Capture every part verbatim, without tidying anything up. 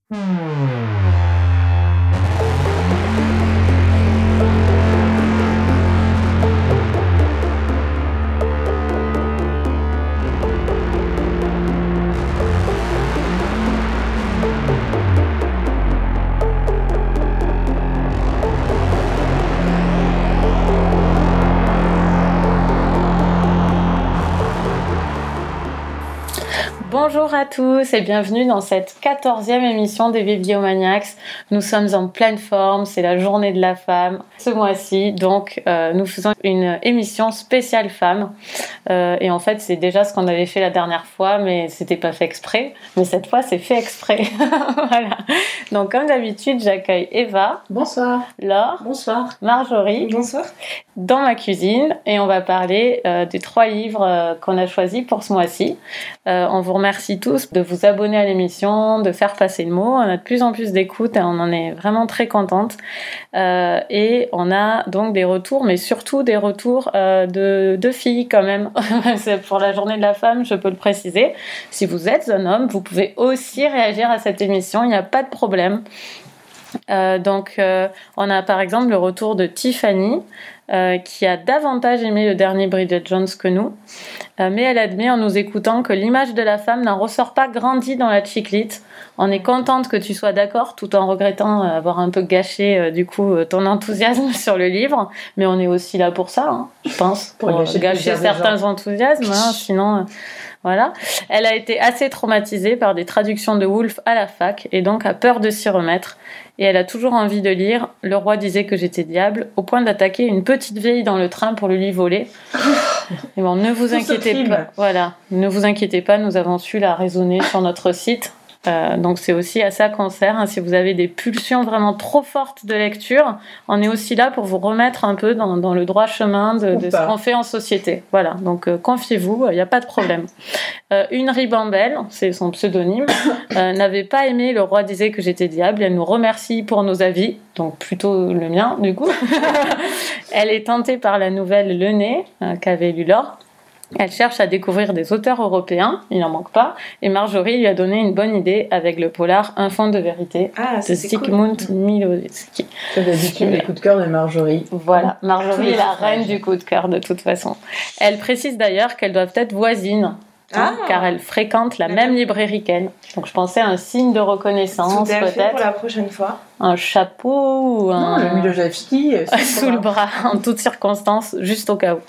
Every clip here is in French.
Bonjour à tous et bienvenue dans cette quatorzième émission des Bibliomaniacs. Nous sommes en pleine forme, c'est la journée de la femme ce mois-ci, donc euh, nous faisons une émission spéciale femme. Euh, et en fait, c'est déjà ce qu'on avait fait la dernière fois, mais c'était pas fait exprès. Mais cette fois, c'est fait exprès. Voilà. Donc, comme d'habitude, j'accueille Eva. Bonsoir. Laure. Bonsoir. Marjorie. Bonsoir. Dans ma cuisine, et on va parler euh, des trois livres euh, qu'on a choisis pour ce mois-ci. Euh, on vous remercie tous de vous abonner à l'émission, de faire passer le mot. On a de plus en plus d'écoute et on en est vraiment très contente. Euh, et on a donc des retours, mais surtout des retours euh, de, de filles quand même. C'est pour la journée de la femme, je peux le préciser. Si vous êtes un homme, vous pouvez aussi réagir à cette émission, il n'y a pas de problème. Euh, donc euh, on a par exemple le retour de Tiffany euh, qui a davantage aimé le dernier Bridget Jones que nous, euh, mais elle admet en nous écoutant que l'image de la femme n'en ressort pas grandie dans la chiclite. On est contente que tu sois d'accord tout en regrettant euh, avoir un peu gâché euh, du coup euh, ton enthousiasme sur le livre, mais on est aussi là pour ça, hein, je pense, pour, pour gâcher, gâcher certains enthousiasmes, hein, sinon... Euh, Voilà. Elle a été assez traumatisée par des traductions de Woolf à la fac et donc a peur de s'y remettre. Et elle a toujours envie de lire « Le roi disait que j'étais diable » au point d'attaquer une petite vieille dans le train pour le lui voler. Et bon, ne vous inquiétez pas. Voilà. Ne vous inquiétez pas, nous avons su la raisonner sur notre site. Euh, donc c'est aussi à ça qu'on sert, hein. Si vous avez des pulsions vraiment trop fortes de lecture, on est aussi là pour vous remettre un peu dans, dans le droit chemin de, de ce qu'on fait en société. Voilà, donc euh, confiez-vous, il n'y a pas de problème. Euh, une ribambelle, c'est son pseudonyme, euh, n'avait pas aimé Le roi disait que j'étais diable. Elle nous remercie pour nos avis, donc plutôt le mien du coup. Elle est tentée par la nouvelle Le Nez euh, qu'avait lu Laure. Elle cherche à découvrir des auteurs européens, il n'en manque pas, et Marjorie lui a donné une bonne idée avec le polar Un fond de vérité ah, de Zygmunt cool. Milowski. C'est d'habitude les coups de cœur de Marjorie. Voilà, Marjorie est la reine du coup de cœur de toute façon. Elle précise d'ailleurs qu'elles doivent être voisines, ah. hein, car elle fréquente la même librairie qu'elle. Donc je pensais à un signe de reconnaissance peut-être. Fait pour la prochaine fois. Un chapeau ou un... Non, le Milowski sous le bras, en toutes circonstances, juste au cas où.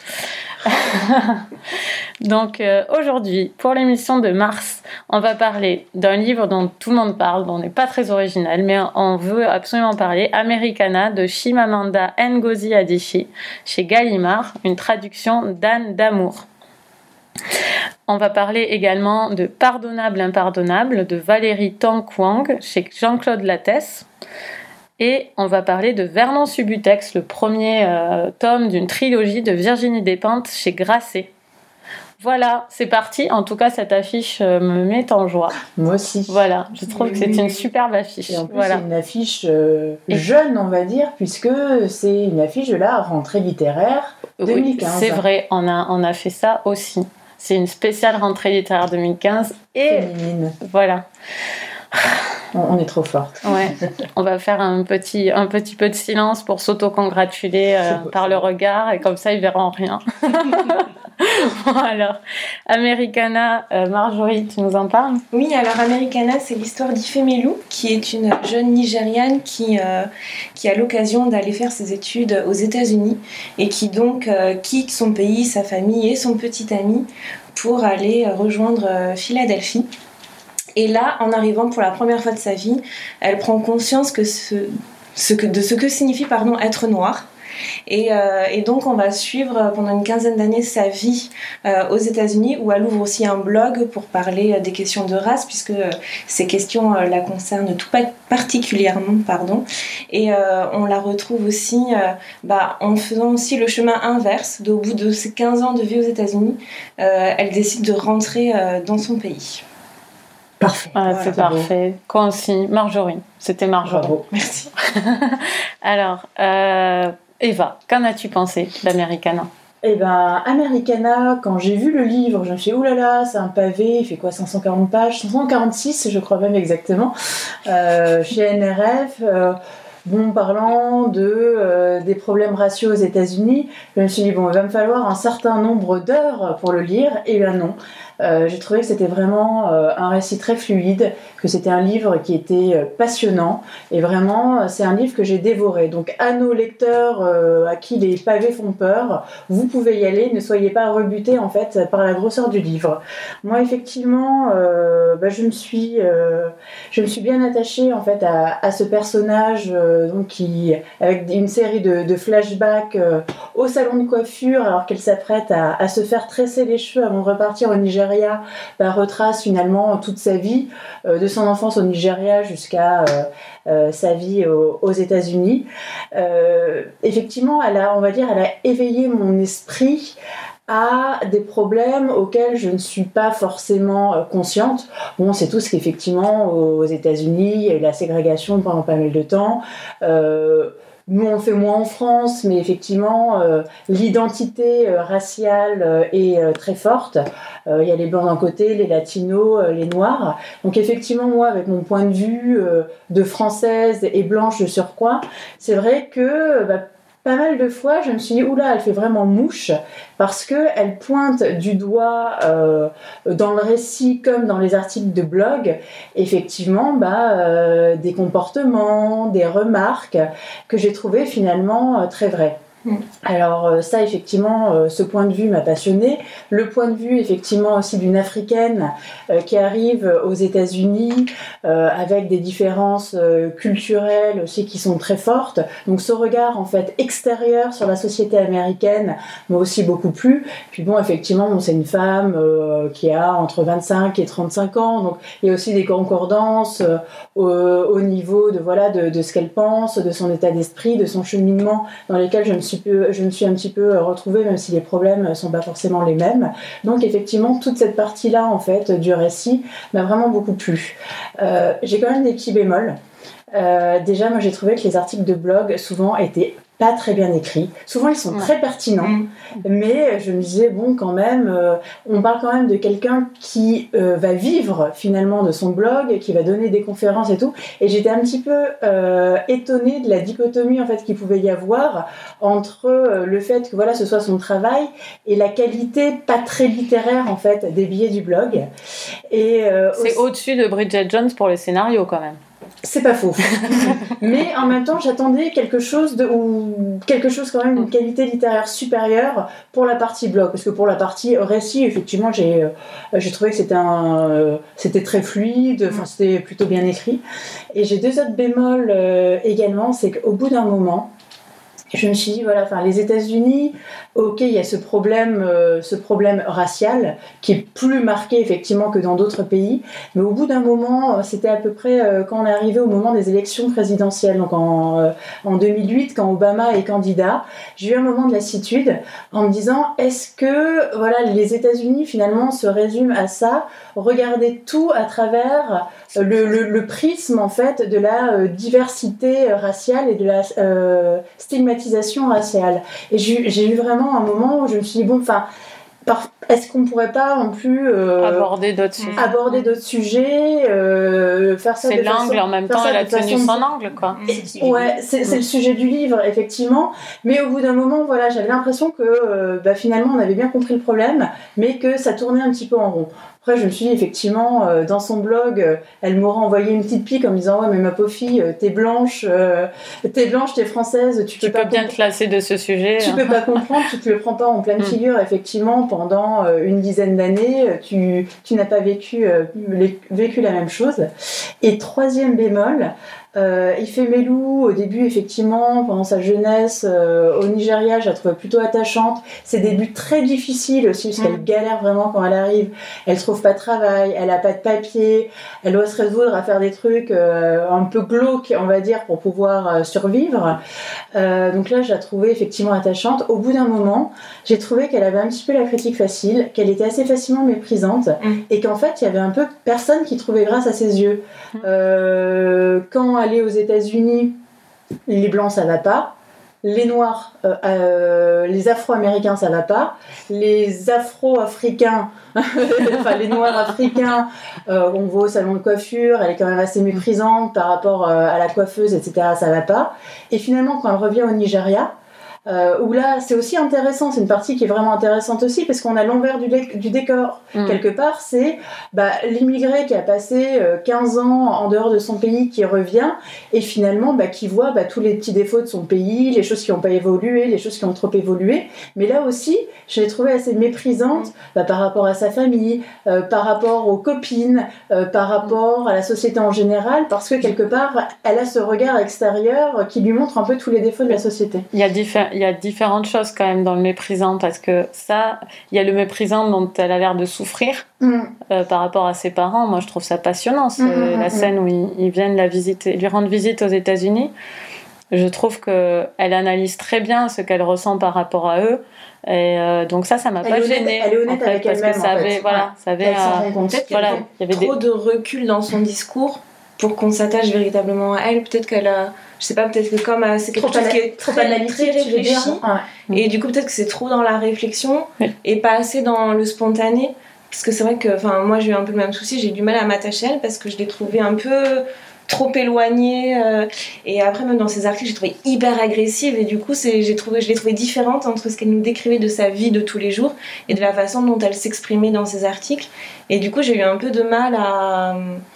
Donc euh, aujourd'hui, pour l'émission de mars, on va parler d'un livre dont tout le monde parle, dont on n'est pas très original, mais on veut absolument parler, Americana de Chimamanda Ngozi Adichie, chez Gallimard, une traduction d'Anne Damour. On va parler également de Pardonnable impardonnable de Valérie Tong Kwang, chez Jean-Claude Lattès. Et on va parler de Vernon Subutex, le premier euh, tome d'une trilogie de Virginie Despentes chez Grasset. Voilà, c'est parti. En tout cas, cette affiche euh, me met en joie. Moi aussi. Voilà, je trouve oui, que c'est oui, une superbe affiche. Et en plus, voilà. c'est une affiche euh, jeune, on va dire, puisque c'est une affiche de la rentrée littéraire deux mille quinze. Oui, c'est vrai, on a, on a fait ça aussi. C'est une spéciale rentrée littéraire deux mille quinze. Et féminine. Voilà. On est trop forte. Ouais. On va faire un petit, un petit peu de silence pour s'auto-congratuler euh, par le regard et comme ça ils verront rien. Bon alors, Americana, euh, Marjorie, tu nous en parles ? Oui, alors Americana, c'est l'histoire d'Ifemelu, qui est une jeune Nigériane qui, euh, qui a l'occasion d'aller faire ses études aux États-Unis et qui donc euh, quitte son pays, sa famille et son petit ami pour aller rejoindre euh, Philadelphie. Et là, en arrivant pour la première fois de sa vie, elle prend conscience que ce, ce que, de ce que signifie pardon, être noire. Et, euh, et donc, on va suivre pendant une quinzaine d'années sa vie euh, aux États-Unis, où elle ouvre aussi un blog pour parler des questions de race, puisque euh, ces questions euh, la concernent tout particulièrement. Pardon. Et euh, on la retrouve aussi euh, bah, en faisant aussi le chemin inverse. Au bout de ces quinze ans de vie aux États-Unis, euh, elle décide de rentrer euh, dans son pays. Parfait. Ah, voilà, c'est, c'est parfait. Concis. Marjorie. C'était Marjorie. Bravo. Merci. Alors, euh, Eva, qu'en as-tu pensé d'Americana ? Eh ben, Americana, quand j'ai vu le livre, je me suis dit, oulala, c'est un pavé, il fait quoi, cinq cent quarante pages, cinq cent quarante-six, je crois même exactement, euh, chez N R F. Euh, bon, parlant de, euh, des problèmes raciaux aux États-Unis, je me suis dit, bon, il va me falloir un certain nombre d'heures pour le lire, et bien non. Euh, j'ai trouvé que c'était vraiment euh, un récit très fluide, que c'était un livre qui était euh, passionnant, et vraiment c'est un livre que j'ai dévoré. Donc à nos lecteurs euh, à qui les pavés font peur, vous pouvez y aller, ne soyez pas rebutés en fait par la grosseur du livre. Moi effectivement, euh, bah, je me suis, euh, je me suis bien attachée en fait à, à ce personnage euh, donc qui avec une série de, de flashbacks euh, au salon de coiffure alors qu'elle s'apprête à, à se faire tresser les cheveux avant de repartir au Nigeria. Bah, retrace finalement toute sa vie, euh, de son enfance au Nigeria jusqu'à euh, euh, sa vie au, aux États-Unis. Euh, effectivement, elle a, on va dire, elle a éveillé mon esprit à des problèmes auxquels je ne suis pas forcément euh, consciente. Bon, c'est tout ce qu'effectivement aux États-Unis, il y a eu la ségrégation pendant pas mal de temps. Euh, Nous, on le fait moins en France, mais effectivement, euh, l'identité euh, raciale euh, est euh, très forte. Euh, il y a les Blancs d'un côté, les Latinos, euh, les Noirs. Donc effectivement, moi, avec mon point de vue euh, de Française et blanche de surcroît, c'est vrai que... Bah, pas mal de fois, je me suis dit, oula, elle fait vraiment mouche, parce qu'elle pointe du doigt euh, dans le récit comme dans les articles de blog, effectivement, bah, euh, des comportements, des remarques que j'ai trouvées finalement euh, très vraies. Alors ça, effectivement, ce point de vue m'a passionnée. Le point de vue, effectivement, aussi d'une Africaine euh, qui arrive aux États-Unis euh, avec des différences euh, culturelles aussi qui sont très fortes. Donc ce regard, en fait, extérieur sur la société américaine m'a aussi beaucoup plu. Puis bon, effectivement, bon, c'est une femme euh, qui a entre vingt-cinq et trente-cinq ans. Donc il y a aussi des concordances euh, au, au niveau de, voilà, de, de ce qu'elle pense, de son état d'esprit, de son cheminement dans lesquels je me suis Peu, je me suis un petit peu retrouvée, même si les problèmes ne sont pas forcément les mêmes. Donc effectivement, toute cette partie-là en fait, du récit m'a vraiment beaucoup plu. Euh, j'ai quand même des petits bémols. Euh, déjà, moi j'ai trouvé que les articles de blog souvent étaient pas très bien écrits. Souvent, ils sont ouais. très pertinents, mmh. mais je me disais, bon, quand même, euh, on parle quand même de quelqu'un qui euh, va vivre finalement de son blog, qui va donner des conférences et tout, et j'étais un petit peu euh, étonnée de la dichotomie en fait qu'il pouvait y avoir entre euh, le fait que voilà, ce soit son travail et la qualité pas très littéraire en fait des billets du blog. Et, euh, c'est aussi... au-dessus de Bridget Jones pour le scénario quand même. C'est pas faux. Mais en même temps, j'attendais quelque chose de, ou quelque chose quand même, une qualité littéraire supérieure pour la partie blog. Parce que pour la partie récit, effectivement, j'ai, euh, j'ai trouvé que c'était, un, euh, c'était très fluide, enfin, c'était plutôt bien écrit. Et j'ai deux autres bémols euh, également, c'est qu'au bout d'un moment, je me suis dit, voilà, enfin, les États-Unis, ok, il y a ce problème, euh, ce problème racial qui est plus marqué effectivement que dans d'autres pays, mais au bout d'un moment, c'était à peu près euh, quand on est arrivé au moment des élections présidentielles, donc en, euh, en deux mille huit, quand Obama est candidat, j'ai eu un moment de lassitude en me disant, est-ce que voilà, les États-Unis finalement se résument à ça, regarder tout à travers euh, le, le, le prisme en fait de la euh, diversité raciale et de la euh, stigmatisation raciale. Et j'ai, j'ai eu vraiment un moment où je me suis dit, bon, enfin, est-ce qu'on pourrait pas non plus euh, aborder d'autres sujets, aborder d'autres sujets euh, faire ça c'est de l'angle façon, en même temps elle a tenu son angle quoi. Et, ouais, c'est, c'est le sujet du livre effectivement, mais au bout d'un moment voilà, j'avais l'impression que euh, bah, finalement on avait bien compris le problème, mais que ça tournait un petit peu en rond. Après, je me suis dit, effectivement, euh, dans son blog, euh, elle m'aura envoyé une petite pique en me disant « Ouais, mais ma pauvre fille, euh, t'es blanche, euh, t'es blanche, t'es française, tu peux tu pas... » Tu peux bien te lasser de ce sujet. Tu hein. peux pas comprendre, tu te le prends pas en pleine figure, effectivement, pendant euh, une dizaine d'années, tu, tu n'as pas vécu, euh, les, vécu la même chose. Et troisième bémol, Euh, Ifemelou, au début, effectivement, pendant sa jeunesse euh, au Nigeria, je la trouvais plutôt attachante. Ses débuts très difficiles aussi, parce qu'elle galère vraiment quand elle arrive. Elle trouve pas de travail, elle a pas de papier, elle doit se résoudre à faire des trucs euh, un peu glauques, on va dire, pour pouvoir euh, survivre. Euh, donc là, je la trouvais effectivement attachante. Au bout d'un moment, j'ai trouvé qu'elle avait un petit peu la critique facile, qu'elle était assez facilement méprisante, mmh. et qu'en fait, il y avait un peu personne qui trouvait grâce à ses yeux. Euh, quand aller aux États-Unis, les blancs ça va pas, les Noirs, euh, euh, les Afro-Américains, ça va pas. Les Afro-Africains, enfin les Noirs africains, euh, on voit au salon de coiffure, elle est quand même assez méprisante par rapport euh, à la coiffeuse, et cetera. Ça va pas. Et finalement, quand elle revient au Nigeria, Euh, où là c'est aussi intéressant, c'est une partie qui est vraiment intéressante aussi parce qu'on a l'envers du, dé- du décor. Mmh. Quelque part, c'est bah, l'immigré qui a passé euh, quinze ans en dehors de son pays qui revient et finalement bah, qui voit bah, tous les petits défauts de son pays, les choses qui n'ont pas évolué, les choses qui ont trop évolué. Mais là aussi, je l'ai trouvée assez méprisante bah, par rapport à sa famille, euh, par rapport aux copines, euh, par rapport à la société en général, parce que quelque part, elle a ce regard extérieur qui lui montre un peu tous les défauts de la société. Il y a différents Il y a différentes choses quand même dans le méprisant parce que ça, il y a le méprisant dont elle a l'air de souffrir mmh. euh, par rapport à ses parents. Moi, je trouve ça passionnant. C'est mmh, la mmh. scène où ils, ils viennent la visiter, lui rendre visite aux États-Unis. Je trouve qu'elle analyse très bien ce qu'elle ressent par rapport à eux. Et euh, donc ça, ça m'a elle pas honnête, gênée. Elle est honnête en fait, avec parce elle-même. Que ça en avait, fait. voilà, ouais. ça avait. Euh, peut-être qu'il y avait, voilà, y avait trop des... de recul dans son discours pour qu'on s'attache véritablement à elle. Peut-être qu'elle a, je sais pas, peut-être que comme c'est quelque trop chose qui est trop très, analytique, très réfléchi, ouais. et du coup peut-être que c'est trop dans la réflexion oui. et pas assez dans le spontané. Parce que c'est vrai que, enfin, moi j'ai eu un peu le même souci, j'ai eu du mal à m'attacher à elle parce que je l'ai trouvée un peu trop éloignée. Euh, et après même dans ses articles, j'ai trouvé hyper agressive et du coup c'est, j'ai trouvé, je l'ai trouvée différente entre ce qu'elle nous décrivait de sa vie de tous les jours et de la façon dont elle s'exprimait dans ses articles. Et du coup j'ai eu un peu de mal à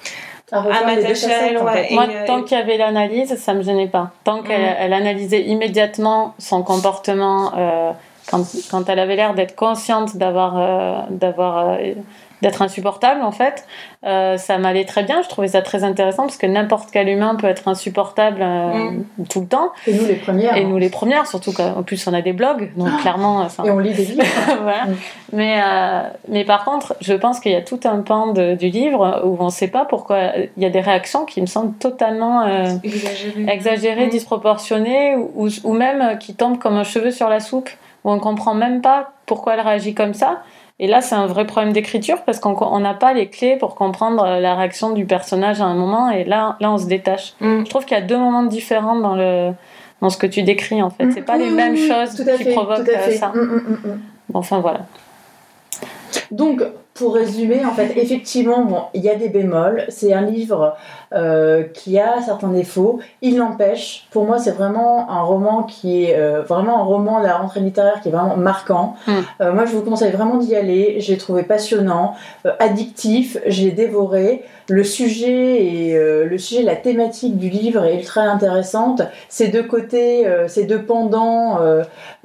à, à m'attacher à elle. En fait. Moi, et, tant qu'il y avait l'analyse, ça me gênait pas. Tant qu'elle mmh. elle analysait immédiatement son comportement, euh, quand, quand elle avait l'air d'être consciente d'avoir, euh, d'avoir euh, d'être insupportable en fait, euh, ça m'allait très bien. Je trouvais ça très intéressant parce que n'importe quel humain peut être insupportable euh, mmh. tout le temps. Et nous les premières. Et nous les premières, surtout qu'en plus on a des blogs, donc oh clairement. Enfin, et on lit des livres. voilà. Mmh. Mais euh, mais par contre, je pense qu'il y a tout un pan de, du livre où on ne sait pas pourquoi il y a des réactions qui me semblent totalement euh, exagérées, exagérées mmh. disproportionnées, ou, ou même qui tombent comme un cheveu sur la soupe, où on ne comprend même pas pourquoi elle réagit comme ça. Et là, c'est un vrai problème d'écriture parce qu'on n'a pas les clés pour comprendre la réaction du personnage à un moment. Et là, là on se détache. Mm. Je trouve qu'il y a deux moments différents dans, le, dans ce que tu décris, en fait. Mm. C'est pas mmh, les mêmes choses qui fait, provoquent ça. Mm, mm, mm. Enfin, voilà. Donc, pour résumer, en fait, effectivement, bon, il y a des bémols. C'est un livre euh, qui a certains défauts. Il l'empêche. Pour moi, c'est vraiment un roman qui est euh, vraiment un roman de la rentrée littéraire qui est vraiment marquant. Mm. Euh, moi, je vous conseille vraiment d'y aller. Je l'ai trouvé passionnant, euh, addictif. Je l'ai dévoré. Le sujet et euh, le sujet, la thématique du livre est ultra intéressante. Ces deux côtés, euh, ces deux pendants, euh,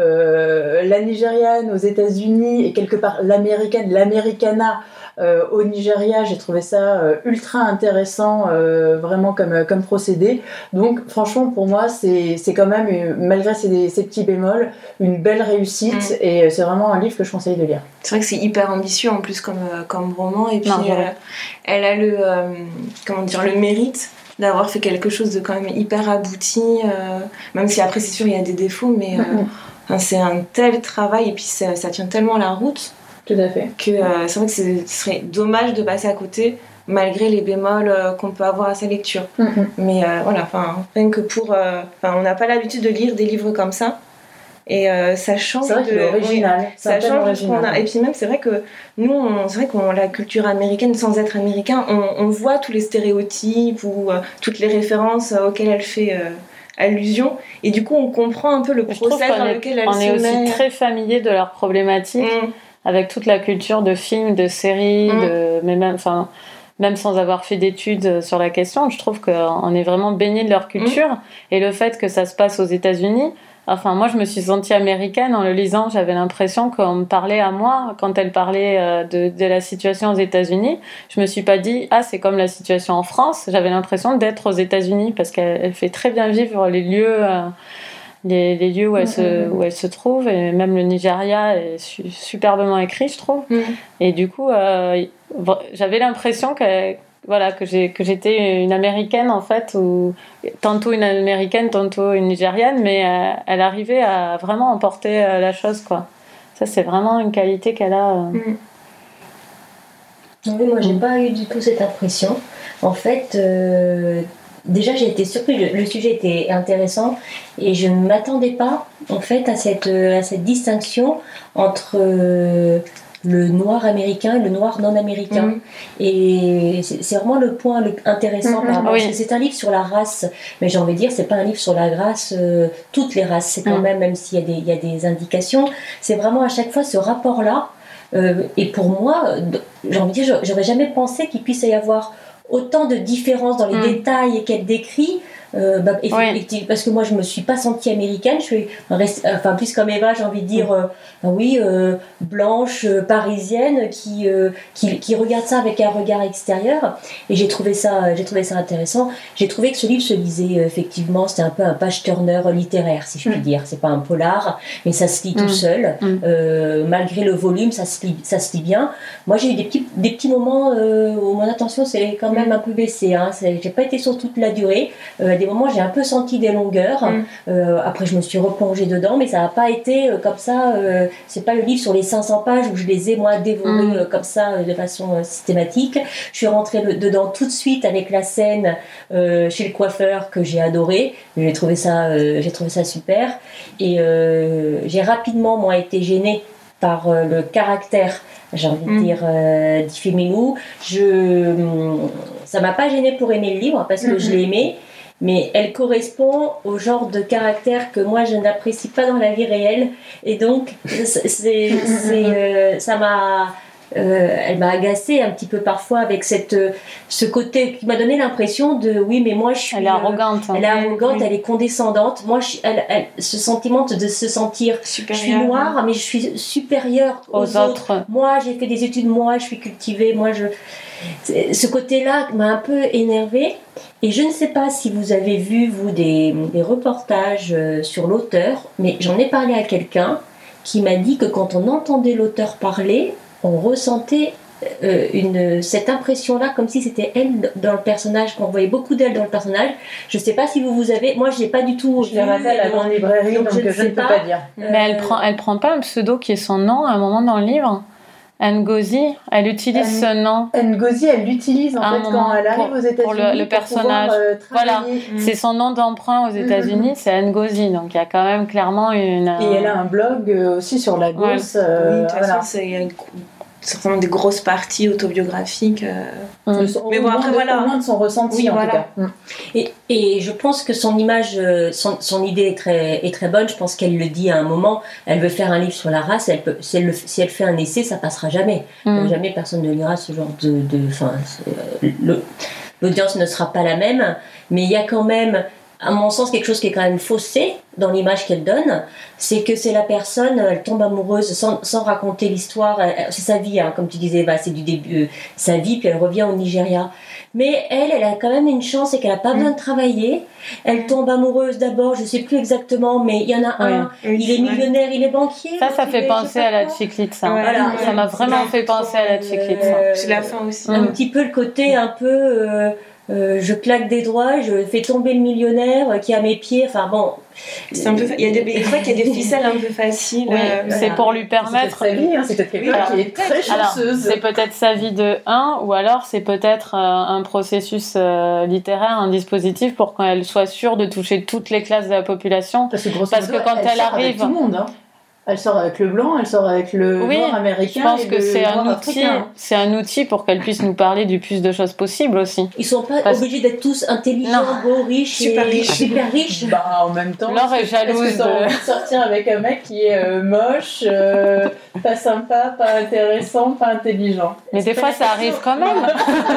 euh, la Nigériane aux États-Unis et quelque part l'américaine, l'Americana euh, au Nigeria, j'ai trouvé ça euh, ultra intéressant, euh, vraiment comme comme procédé. Donc franchement, pour moi, c'est c'est quand même euh, malgré ces, ces petits bémols, une belle réussite mmh. et c'est vraiment un livre que je conseille de lire. C'est vrai que c'est hyper ambitieux en plus comme comme roman et puis non, euh, elle a le euh, comment dire le mérite d'avoir fait quelque chose de quand même hyper abouti, euh, même si après c'est sûr il y a des défauts, mais euh, mmh. enfin, c'est un tel travail et puis ça, ça tient tellement la route. Tout à fait. Que euh, c'est vrai que ce serait dommage de passer à côté malgré les bémols euh, qu'on peut avoir à sa lecture. Mmh. Mais euh, voilà, enfin rien que pour, euh, on n'a pas l'habitude de lire des livres comme ça. Et euh, ça change c'est vrai de original. Oui, ça change de ce qu'on a. Et puis même c'est vrai que nous on, c'est vrai qu'on la culture américaine sans être américain, on, on voit tous les stéréotypes ou euh, toutes les références auxquelles elle fait euh, allusion et du coup on comprend un peu le process dans est, lequel elle on se est aussi met. Très familier de leurs problématiques mm. avec toute la culture de films, de séries, mm. de mais même enfin même sans avoir fait d'études sur la question, je trouve qu'on est vraiment baigné de leur culture mm. et le fait que ça se passe aux États-Unis. Enfin, moi, je me suis sentie américaine en le lisant. J'avais l'impression qu'on me parlait à moi quand elle parlait de, de la situation aux États-Unis. Je me suis pas dit, ah, c'est comme la situation en France. J'avais l'impression d'être aux États-Unis parce qu'elle elle fait très bien vivre les lieux, euh, les, les lieux où elle, mmh, se, où elle se trouve. Et même le Nigeria est su, superbement écrit, je trouve. Mmh. Et du coup, euh, j'avais l'impression qu'elle Voilà, que, j'ai, que j'étais une américaine en fait, ou tantôt une américaine, tantôt une nigériane, mais euh, elle arrivait à vraiment emporter euh, la chose, quoi. Ça, c'est vraiment une qualité qu'elle a. Euh... Mmh. Oui, moi, j'ai mmh. pas eu du tout cette impression. En fait, euh, déjà j'ai été surprise, le, le sujet était intéressant et je ne m'attendais pas en fait à cette, à cette distinction entre euh, le noir américain et le noir non américain. Mmh. Et c'est, c'est vraiment le point le, intéressant mmh, par rapport, oui. Parce que c'est un livre sur la race, mais j'ai envie de dire c'est pas un livre sur la race, euh, toutes les races, c'est quand mmh. même, même s'il y a des, il y a des indications, c'est vraiment à chaque fois ce rapport-là. Euh, et pour moi, j'ai envie de dire, j'aurais jamais pensé qu'il puisse y avoir autant de différences dans les mmh. détails qu'elle décrit. Euh, bah, oui. Parce que moi je me suis pas sentie américaine, je suis enfin plus comme Eva, j'ai envie de dire euh, oui euh, blanche euh, parisienne qui, euh, qui qui regarde ça avec un regard extérieur, et j'ai trouvé ça j'ai trouvé ça intéressant. J'ai trouvé que ce livre se lisait euh, effectivement, c'était un peu un page turner littéraire si je puis mm. dire, c'est pas un polar mais ça se lit mm. tout seul mm. euh, malgré le volume ça se lit, ça se lit bien. Moi j'ai eu des petits des petits moments euh, où mon attention s'est quand même un peu baissée, hein. C'est, j'ai pas été sur toute la durée, euh, des moments j'ai un peu senti des longueurs, mm. euh, après je me suis replongée dedans, mais ça n'a pas été euh, comme ça, euh, c'est pas le livre sur les cinq cents pages où je les ai moi dévorés mm. euh, comme ça euh, de façon euh, systématique. Je suis rentrée le, dedans tout de suite avec la scène euh, chez le coiffeur que j'ai adoré, j'ai trouvé ça, euh, j'ai trouvé ça super, et euh, j'ai rapidement moi été gênée par euh, le caractère, j'ai envie mm. de dire, euh, d'Ifemelu. Je, ça m'a pas gênée pour aimer le livre parce que mm-hmm. je l'ai aimé, mais elle correspond au genre de caractère que moi je n'apprécie pas dans la vie réelle, et donc c'est, c'est, c'est, euh, ça m'a euh, elle m'a agacée un petit peu parfois avec cette, ce côté qui m'a donné l'impression de oui mais moi je suis elle est arrogante euh, elle est arrogante, elle est condescendante, moi je, elle, elle, ce sentiment de se sentir supérieur. Je suis noire mais je suis supérieure aux, aux autres. autres moi j'ai fait des études, moi je suis cultivée, moi je ce côté-là m'a un peu énervée. Et je ne sais pas si vous avez vu, vous, des, des reportages euh, sur l'auteur, mais j'en ai parlé à quelqu'un qui m'a dit que quand on entendait l'auteur parler, on ressentait euh, une, cette impression-là, comme si c'était elle dans le personnage, qu'on voyait beaucoup d'elle dans le personnage. Je ne sais pas si vous, vous avez... Moi, je n'ai pas du tout... Je l'ai rappelé à la librairie, donc, donc je ne sais pas. pas dire. Euh, mais elle prend, elle prend pas un pseudo qui est son nom à un moment dans le livre ? Ngozi, elle utilise N- ce nom. Ngozi, elle l'utilise en fait quand elle arrive aux États-Unis pour le, le personnage. Pour pouvoir, euh, voilà, mmh. c'est son nom d'emprunt aux États-Unis, mmh. c'est Ngozi. Donc il y a quand même clairement une. Et elle a un blog aussi sur la Lagos. Ouais. Euh, oui, de toute voilà. façon, c'est une... certainement des grosses parties autobiographiques. Euh... Mmh. Mais bon, après, de, voilà. Au moins de son ressenti, oui, en voilà. tout cas. Mmh. Et, et je pense que son image, son, son idée est très, est très bonne. Je pense qu'elle le dit à un moment. Elle veut faire un livre sur la race. Elle peut, si, elle le, si elle fait un essai, ça passera jamais. Mmh. Jamais personne ne lira ce genre de... de fin, le, l'audience ne sera pas la même. Mais il y a quand même... à mon sens, quelque chose qui est quand même faussé dans l'image qu'elle donne, c'est que c'est la personne, elle tombe amoureuse sans, sans raconter l'histoire, elle, c'est sa vie, hein, comme tu disais, bah, c'est du début, euh, sa vie, puis elle revient au Nigeria. Mais elle, elle a quand même une chance, c'est qu'elle n'a pas besoin de travailler. Elle tombe amoureuse d'abord, je ne sais plus exactement, mais il y en a oui. un, oui, il est millionnaire, il est banquier. Ça, ça fait penser à la Chiclite, ça. Ouais, voilà. Ça m'a vraiment fait penser à la Chiclite, ça. Euh, c'est la fin aussi. Un mmh. petit peu le côté un peu... Euh, Euh, je claque des doigts, je fais tomber le millionnaire qui est à mes pieds. Enfin bon, c'est un peu. Fa- il y a des, des fois qu'il y a des ficelles un peu faciles. Oui, euh, c'est voilà. pour lui permettre. C'est peut-être sa vie, hein, c'est peut-être quelqu'un oui, qui est très chanceuse. Alors, c'est peut-être sa vie de un, ou alors c'est peut-être euh, un processus euh, littéraire, un dispositif pour qu'elle soit sûre de toucher toutes les classes de la population. Parce que, grosso Parce que modo, quand elle, elle arrive, tout le monde. Hein. Elle sort avec le blanc, elle sort avec le oui, noir américain. Je pense et que le c'est un outil, africain. c'est un outil pour qu'elle puisse nous parler du plus de choses possibles aussi. Ils sont pas Parce... obligés d'être tous intelligents, beaux, riches, super riches, super riches. Bah en même temps. Laure est jalouse. Est-ce que t'as envie de sortir avec un mec qui est euh, moche, euh, pas sympa, pas intéressant, pas intelligent? Mais des fois ça arrive quand même.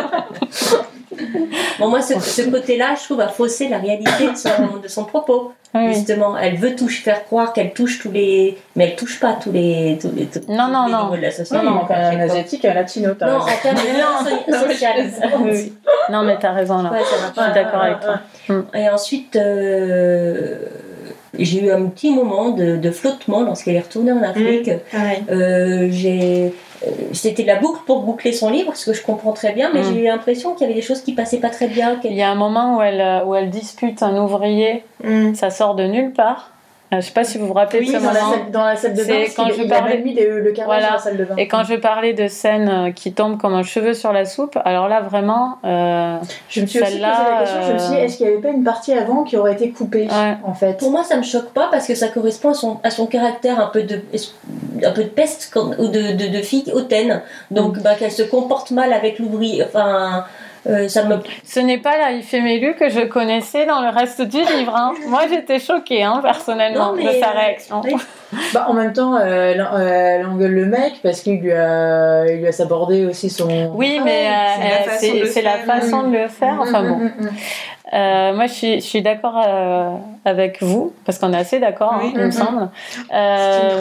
Bon, moi, ce, ce côté-là, je trouve, a faussé la réalité de son, de son propos. Oui. Justement, elle veut touche, faire croire qu'elle touche tous les... Mais elle touche pas tous les, tous les, tous, non, tous non, les non. niveaux de la société. Non, non, un asiatique, un latino, t'as non, raison. En termes de lien social. Oui. Non, mais t'as raison, là. Ouais, ça va pas. Je suis d'accord avec toi. Et ensuite... Euh... j'ai eu un petit moment de, de flottement lorsqu'elle est retournée en Afrique. Mmh, euh, j'ai, euh, c'était la boucle pour boucler son livre, ce que je comprends très bien, mais mmh. j'ai eu l'impression qu'il y avait des choses qui passaient pas très bien. Il y a un moment où elle, où elle dispute un ouvrier, mmh. ça sort de nulle part. Euh, je sais pas si vous vous rappelez oui, de ce dans moment. La salle, dans la salle de bain, C'est quand il, je il parlais... a même mis le, le carrelage voilà. dans la salle de bain. Et quand je parlais de scènes qui tombent comme un cheveu sur la soupe, alors là vraiment, euh, je me suis aussi posé la question. Je me suis dit, est-ce qu'il n'y avait pas une partie avant qui aurait été coupée, ouais. en fait? Pour moi, ça me choque pas parce que ça correspond à son, à son caractère un peu de, un peu de peste ou de, de, de fille hautaine. Donc, mm. bah, qu'elle se comporte mal avec l'ouvrier. Enfin. Euh, ça me... Ce n'est pas la Ifemelu que je connaissais dans le reste du livre. Hein. Moi, j'étais choquée, hein, personnellement, non, mais... de sa réaction. Oui. Bah, en même temps, euh, elle, elle engueule le mec parce qu'il lui a, il lui a sabordé aussi son... Oui, mais euh, c'est, c'est la façon de le faire. Enfin bon. Mm, mm, mm. Euh, moi, je suis, je suis d'accord euh, avec vous, parce qu'on est assez d'accord, oui. hein, il me semble. Euh...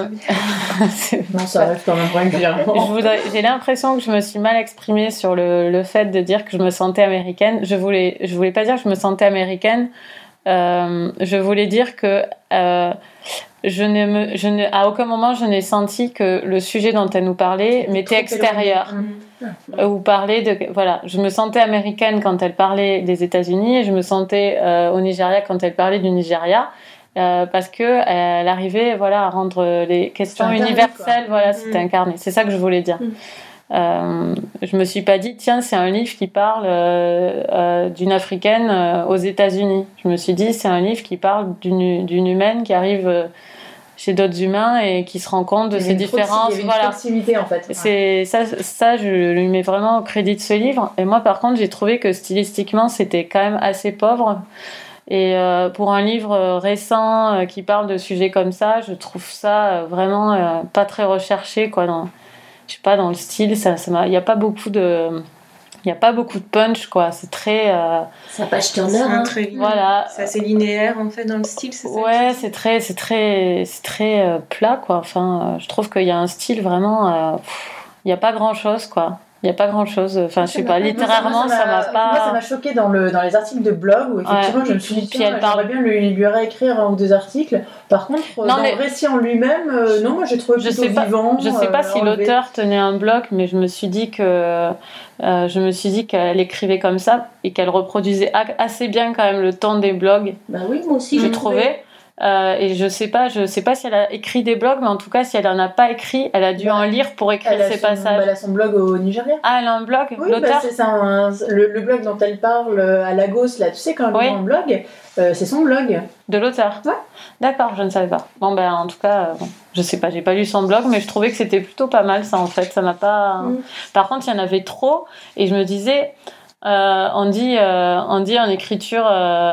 non, ça arrive quand même régulièrement. Je voudrais, j'ai l'impression que je me suis mal exprimée sur le, le fait de dire que je me sentais américaine. Je voulais, je voulais pas dire que je me sentais américaine. Euh, je voulais dire que euh, je ne me, je ne, à aucun moment je n'ai senti que le sujet dont elle nous parlait m'était extérieur. Mmh. Ou parler de, voilà, je me sentais américaine quand elle parlait des États-Unis et je me sentais euh, au Nigeria quand elle parlait du Nigeria. Euh, parce que elle arrivait, voilà, à rendre les questions incarné, universelles, quoi. Voilà, c'était mmh. incarné. C'est ça que je voulais dire. Mmh. Euh, je me suis pas dit tiens c'est un livre qui parle euh, euh, d'une africaine euh, aux États-Unis. Je me suis dit c'est un livre qui parle d'une, d'une humaine qui arrive euh, chez d'autres humains et qui se rend compte de ces différences. Il y avait une voilà. proximité en fait. C'est ça, ça je lui mets vraiment au crédit de ce livre. Et moi par contre j'ai trouvé que stylistiquement c'était quand même assez pauvre. Et euh, pour un livre récent euh, qui parle de sujets comme ça, je trouve ça euh, vraiment euh, pas très recherché quoi. Dans, je sais pas, dans le style, ça, ça il y a pas beaucoup de, il y a pas beaucoup de punch quoi. C'est très. Euh, ça page turner. Hein. Très, voilà. C'est assez linéaire en fait dans le style, c'est ça. Ouais, c'est très, c'est très, c'est très euh, plat quoi. Enfin, euh, je trouve qu'il y a un style vraiment. Euh, pff, il y a pas grand chose quoi. Il n'y a pas grand chose, enfin je sais pas, littérairement moi, ça, m'a, ça m'a pas. Moi ça m'a choqué dans, le, dans les articles de blog où effectivement ouais. je me suis dit, tiens, j'aimerais bien lui, lui réécrire un ou deux articles. Par contre, non, dans les... le récit en lui-même, euh, non, moi j'ai trouvé plutôt je sais vivant. Pas, je sais pas euh, si enlevé. L'auteur tenait un blog, mais je me suis dit que euh, je me suis dit qu'elle écrivait comme ça et qu'elle reproduisait assez bien quand même le ton des blogs. Bah oui, moi aussi je trouvais. Euh, et je sais pas, je sais pas si elle a écrit des blogs, mais en tout cas, si elle en a pas écrit, elle a dû bah, en lire pour écrire ses son, passages. Bah, elle a son blog au Nigeria. Ah, elle a un blog, oui, l'auteur. Bah, c'est ça, un, le, le blog dont elle parle à Lagos, là, tu sais quand elle oui. a un blog, euh, c'est son blog. De l'auteur. Ouais. D'accord, je ne savais pas. Bon ben, en tout cas, euh, bon, je sais pas, j'ai pas lu son blog, mais je trouvais que c'était plutôt pas mal ça en fait. Ça m'a pas. Mm. Par contre, il y en avait trop, et je me disais, euh, on dit, euh, on dit en écriture. Euh,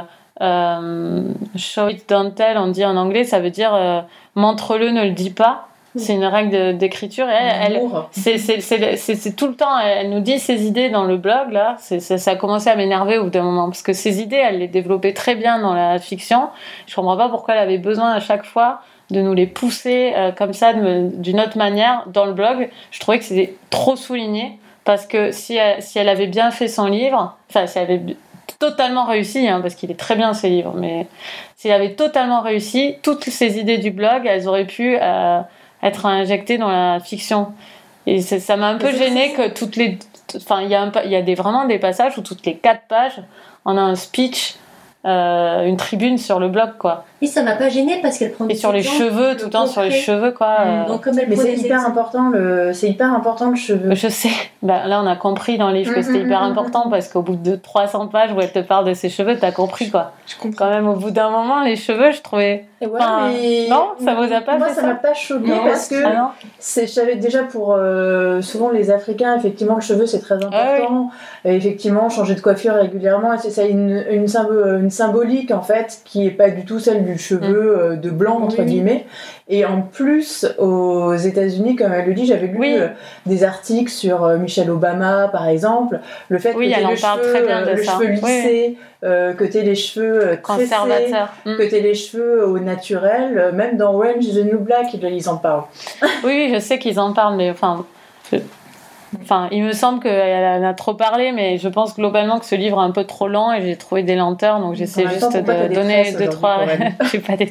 Euh, show it don't tell, on dit en anglais, ça veut dire euh, montre-le, ne le dis pas. C'est une règle de, d'écriture. Et elle, elle, c'est, c'est, c'est, c'est, c'est tout le temps, elle, elle nous dit ses idées dans le blog. Là, c'est, ça, ça a commencé à m'énerver au bout d'un moment parce que ses idées, elle les développait très bien dans la fiction. Je comprends pas pourquoi elle avait besoin à chaque fois de nous les pousser euh, comme ça de, d'une autre manière dans le blog. Je trouvais que c'était trop souligné parce que si elle, si elle avait bien fait son livre, enfin si elle avait totalement réussi, hein, parce qu'il est très bien ce livre, mais s'il avait totalement réussi, toutes ces idées du blog, elles auraient pu euh, être injectées dans la fiction. Et c'est, ça m'a un peu gêné que toutes les, enfin il y a un, il y a des vraiment des passages où toutes les quatre pages, on a un speech, euh, une tribune sur le blog quoi. Et ça m'a pas gêné parce qu'elle prend. Et sur les cheveux, tout le temps sur les cheveux quoi. Mmh. Donc comme elle mais c'est hyper important le, c'est hyper important le cheveu. Je sais. Ben, là on a compris dans le livre que c'était hyper important parce qu'au bout de trois cents pages où elle te parle de ses cheveux, t'as compris quoi. Je comprends. Quand même au bout d'un moment les cheveux, je trouvais. Et ouais, enfin, mais... Non, ça vous a pas moi, fait ça ça m'a pas choqué non, parce que ah c'est, je savais déjà pour euh, souvent les Africains effectivement le cheveu c'est très important. Ah, oui. Et effectivement changer de coiffure régulièrement, c'est ça une une, symbo- une symbolique en fait qui est pas du tout celle du cheveu. Mmh. De blanc entre oui. guillemets, et en plus aux États-Unis comme elle le dit, j'avais lu oui. euh, des articles sur euh, Michelle Obama par exemple, le fait oui, que t'aies le, cheveu, euh, le cheveu lissé, oui. euh, que t'aies les cheveux euh, tressés, mm. que t'aies les cheveux au naturel, euh, même dans Orange is the New Black ils en parlent. oui, oui, je sais qu'ils en parlent, mais enfin je... Enfin, il me semble qu'elle en a trop parlé, mais je pense globalement que ce livre est un peu trop lent et j'ai trouvé des lenteurs, donc j'essaie juste temps, de donner deux, trois. Je suis pas des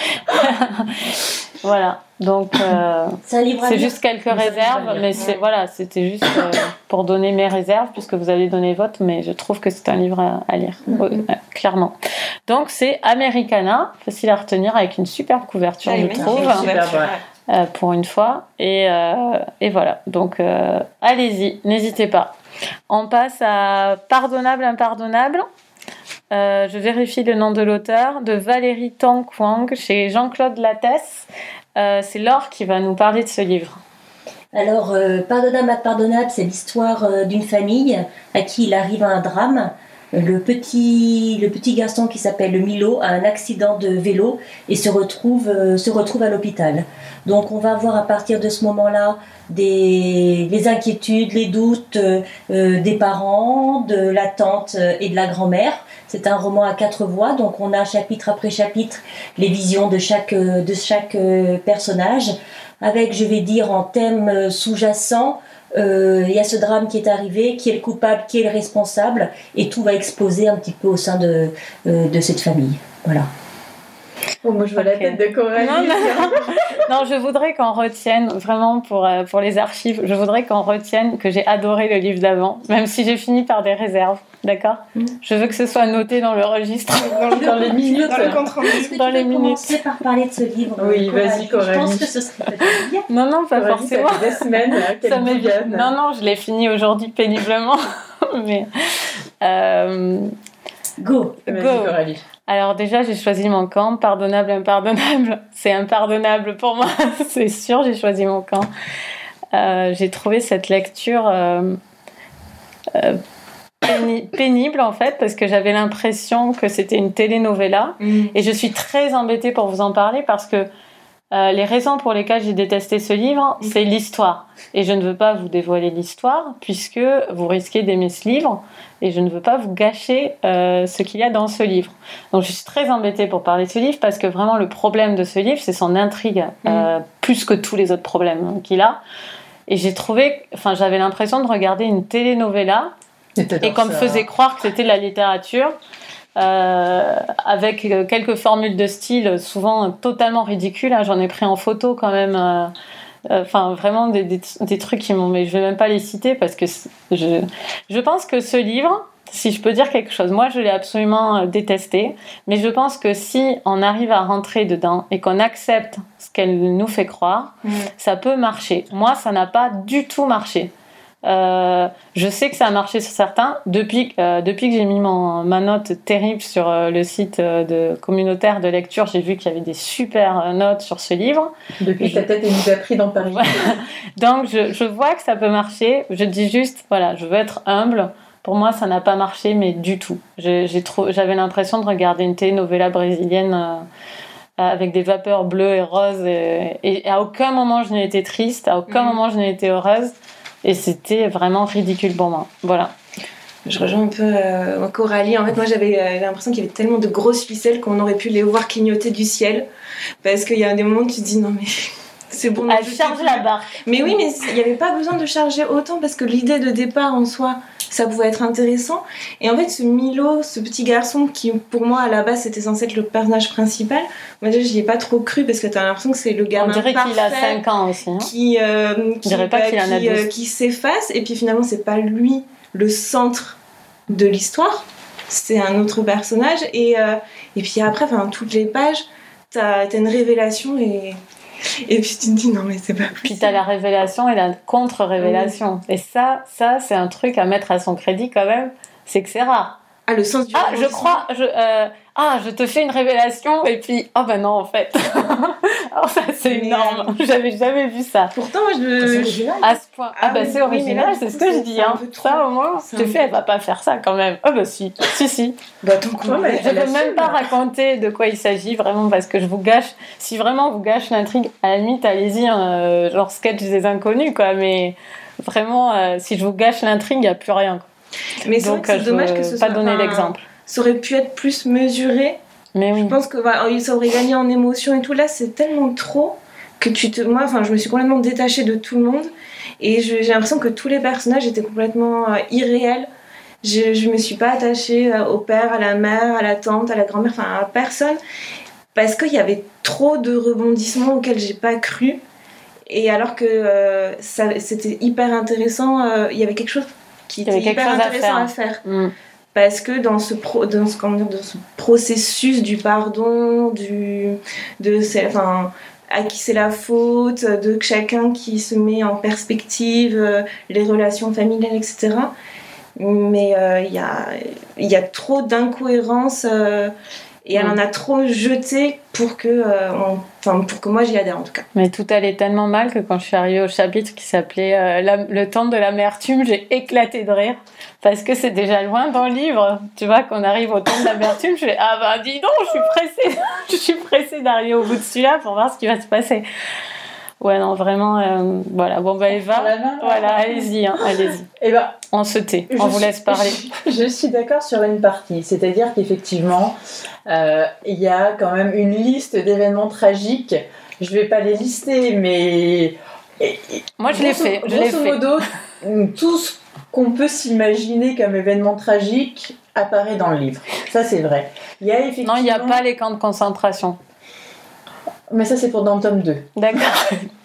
Voilà. Donc, euh, c'est, un livre c'est juste quelques mais réserves, mais c'est, voilà, c'était juste euh, pour donner mes réserves, puisque vous avez donné votre, mais je trouve que c'est un livre à, à lire, mm-hmm. euh, clairement. Donc c'est Americana, facile à retenir avec une superbe couverture, Ah, je trouve, super, ouais. euh, pour une fois. Et, euh, et voilà, donc euh, allez-y, n'hésitez pas. On passe à Pardonnable, impardonnable. Euh, je vérifie le nom de l'auteur, de Valérie Tong Kwang, chez Jean-Claude Lattès. Euh, c'est Laure qui va nous parler de ce livre. Alors, euh, Pardonnable, impardonnable, c'est l'histoire euh, d'une famille à qui il arrive un drame. Le petit, le petit garçon qui s'appelle Milo a un accident de vélo et se retrouve, euh, se retrouve à l'hôpital. Donc on va voir à partir de ce moment-là des, les inquiétudes, les doutes euh, euh, des parents, de la tante et de la grand-mère. C'est un roman à quatre voix, donc on a chapitre après chapitre les visions de chaque, de chaque euh, personnage, avec, je vais dire, en thème sous-jacent, Euh, il y a ce drame qui est arrivé, qui est le coupable, qui est le responsable, et tout va exploser un petit peu au sein de, euh, de cette famille. Voilà. Oh, moi je vois Okay. la tête de Coralie. Non, non, non, je voudrais qu'on retienne, vraiment pour, euh, pour les archives, je voudrais qu'on retienne que j'ai adoré le livre d'avant, même si j'ai fini par des réserves, d'accord ? Mm. Je veux que ce soit noté dans le registre. Dans, le, Dans les minutes. dans le compte rendu. Est-ce que Dans tu les peux minutes. commencer par parler de ce livre, Oui, vas-y, Coralie. Je pense que ce serait peut-être bien. Non, non, pas Coralie, forcément. ça fait des semaines là, qu'elle Ça m'est bouillonne. Non, non, je l'ai fini aujourd'hui péniblement. Mais, euh, Go. Vas-y, Go. Coralie. alors déjà, j'ai choisi mon camp. Pardonnable, impardonnable. C'est impardonnable pour moi, c'est sûr, j'ai choisi mon camp. Euh, j'ai trouvé cette lecture euh, euh, péni- pénible, en fait, parce que j'avais l'impression que c'était une telenovela. Mm. Et je suis très embêtée pour vous en parler parce que euh, les raisons pour lesquelles j'ai détesté ce livre, c'est l'histoire. Et je ne veux pas vous dévoiler l'histoire puisque vous risquez d'aimer ce livre et je ne veux pas vous gâcher euh, ce qu'il y a dans ce livre. Donc je suis très embêtée pour parler de ce livre parce que vraiment le problème de ce livre, c'est son intrigue, euh, plus que tous les autres problèmes qu'il a. Et j'ai trouvé, enfin j'avais l'impression de regarder une telenovela et qu'on me faisait croire que c'était de la littérature. Euh, avec quelques formules de style souvent totalement ridicules, hein, j'en ai pris en photo quand même, euh, euh, enfin vraiment des, des, des trucs qui m'ont, mais je vais même pas les citer parce que je, je pense que ce livre, si je peux dire quelque chose, moi je l'ai absolument détesté, mais je pense que si on arrive à rentrer dedans et qu'on accepte ce qu'elle nous fait croire, Mmh. ça peut marcher. Moi ça n'a pas du tout marché. Euh, je sais que ça a marché sur certains. Depuis, euh, depuis que j'ai mis mon, ma note terrible sur euh, le site euh, de communautaire de lecture, j'ai vu qu'il y avait des super euh, notes sur ce livre. Depuis que ta tête nous a pris dans Paris. Donc je, je vois que ça peut marcher. Je dis juste, voilà, je veux être humble. Pour moi, ça n'a pas marché, mais du tout. J'ai, j'ai trop, j'avais l'impression de regarder une telenovela brésilienne euh, avec des vapeurs bleues et roses. Et, et à aucun moment je n'ai été triste, à aucun Mhm. moment je n'ai été heureuse. Et c'était vraiment ridicule pour moi. Voilà. Je rejoins un peu euh, Coralie. En fait, moi, j'avais euh, l'impression qu'il y avait tellement de grosses ficelles qu'on aurait pu les voir clignoter du ciel. Parce qu'il y a des moments où tu te dis non, mais c'est bon. Elle je charge sais la plus. barque. Mais oui, mais il n'y avait pas besoin de charger autant parce que l'idée de départ en soi, ça pouvait être intéressant. Et en fait, ce Milo, ce petit garçon qui, pour moi, à la base, c'était censé être le personnage principal, moi, déjà, j'y ai pas trop cru parce que t'as l'impression que c'est le On gamin dirait qu'il a parfait cinq ans aussi. Hein. qui, euh, qui, dirait pas bah, qu'il en a qui, douze. euh, qui s'efface. Et puis finalement, c'est pas lui le centre de l'histoire, c'est un autre personnage. Et, euh, et puis après, enfin, toutes les pages, t'as, t'as une révélation et... Et puis tu te dis non mais c'est pas possible. Puis t'as la révélation et la contre-révélation. Et ça, ça c'est un truc à mettre à son crédit quand même. C'est que c'est rare. Ah, le sens du Ah, je rebondissement. crois, je, euh, ah, je te fais une révélation et puis, oh ben non en fait. Alors ça c'est Mais, énorme. J'avais jamais vu ça. Pourtant, moi, je... C'est original. À ce point. Ah, Ah bah oui, c'est oui, mais original, là, du c'est coup, ce que c'est- je dis. c'est un Hein. peu trop. Ça au moins, C'est je te un fais, peu elle va pas faire ça quand même. Ah bah si, si si. Bah, donc, Ouais, mais Je elle ne veux même assume. pas raconter de quoi il s'agit vraiment parce que je vous gâche. Si vraiment vous gâche l'intrigue, à la limite, allez-y, hein, genre sketch des inconnus, quoi. Mais vraiment, euh, si je vous gâche l'intrigue, il n'y a plus rien. Quoi. Mais c'est vrai Donc, que c'est je dommage veux que ce pas soit... donner enfin, l'exemple. Ça aurait pu être plus mesuré. Mais oui. Je pense que bah, ça aurait gagné en émotion et tout. Là, c'est tellement trop que tu te... Moi, enfin, je me suis complètement détachée de tout le monde. Et je- j'ai l'impression que tous les personnages étaient complètement euh, irréels. Je, je me suis pas attachée euh, au père, à la mère, à la tante, à la grand-mère, enfin à personne. Parce qu'il y avait trop de rebondissements auxquels j'ai pas cru. Et alors que euh, ça, c'était hyper intéressant, euh, il y avait quelque chose qui Il y avait était quelque hyper chose à intéressant faire. à faire. Mm. parce que dans ce, pro, dans ce, comment dire, dans ce processus du pardon, du, de, enfin, à qui c'est la faute, de chacun qui se met en perspective euh, les relations familiales, et cetera. Mais il euh, y, a, y a trop d'incohérences euh, et elle mmh. en a trop jeté pour que, euh, on, enfin, pour que moi j'y adhère en tout cas. Mais tout allait tellement mal que quand je suis arrivée au chapitre qui s'appelait euh, la, Le temps de l'amertume, j'ai éclaté de rire parce que c'est déjà loin dans le livre. Tu vois, qu'on arrive au temps de l'amertume, je fais ah ben dis donc, je suis pressée, je suis pressée d'arriver au bout de celui-là pour voir ce qui va se passer. Ouais, non, vraiment, euh, voilà. Bon, bah, Eva, main, voilà, allez-y, hein, allez-y. Et ben, on se tait, on vous laisse parler. Je, je suis d'accord sur une partie, c'est-à-dire qu'effectivement, euh, il y a quand même une liste d'événements tragiques. Je vais pas les lister, mais... Et, et, Moi, je l'ai fait, je l'ai fait. Grosso modo, tout ce qu'on peut s'imaginer comme événement tragique apparaît dans le livre. Ça, c'est vrai. Il y a effectivement... Non, il n'y a pas les camps de concentration. Mais ça, c'est pour dans le tome deux. D'accord.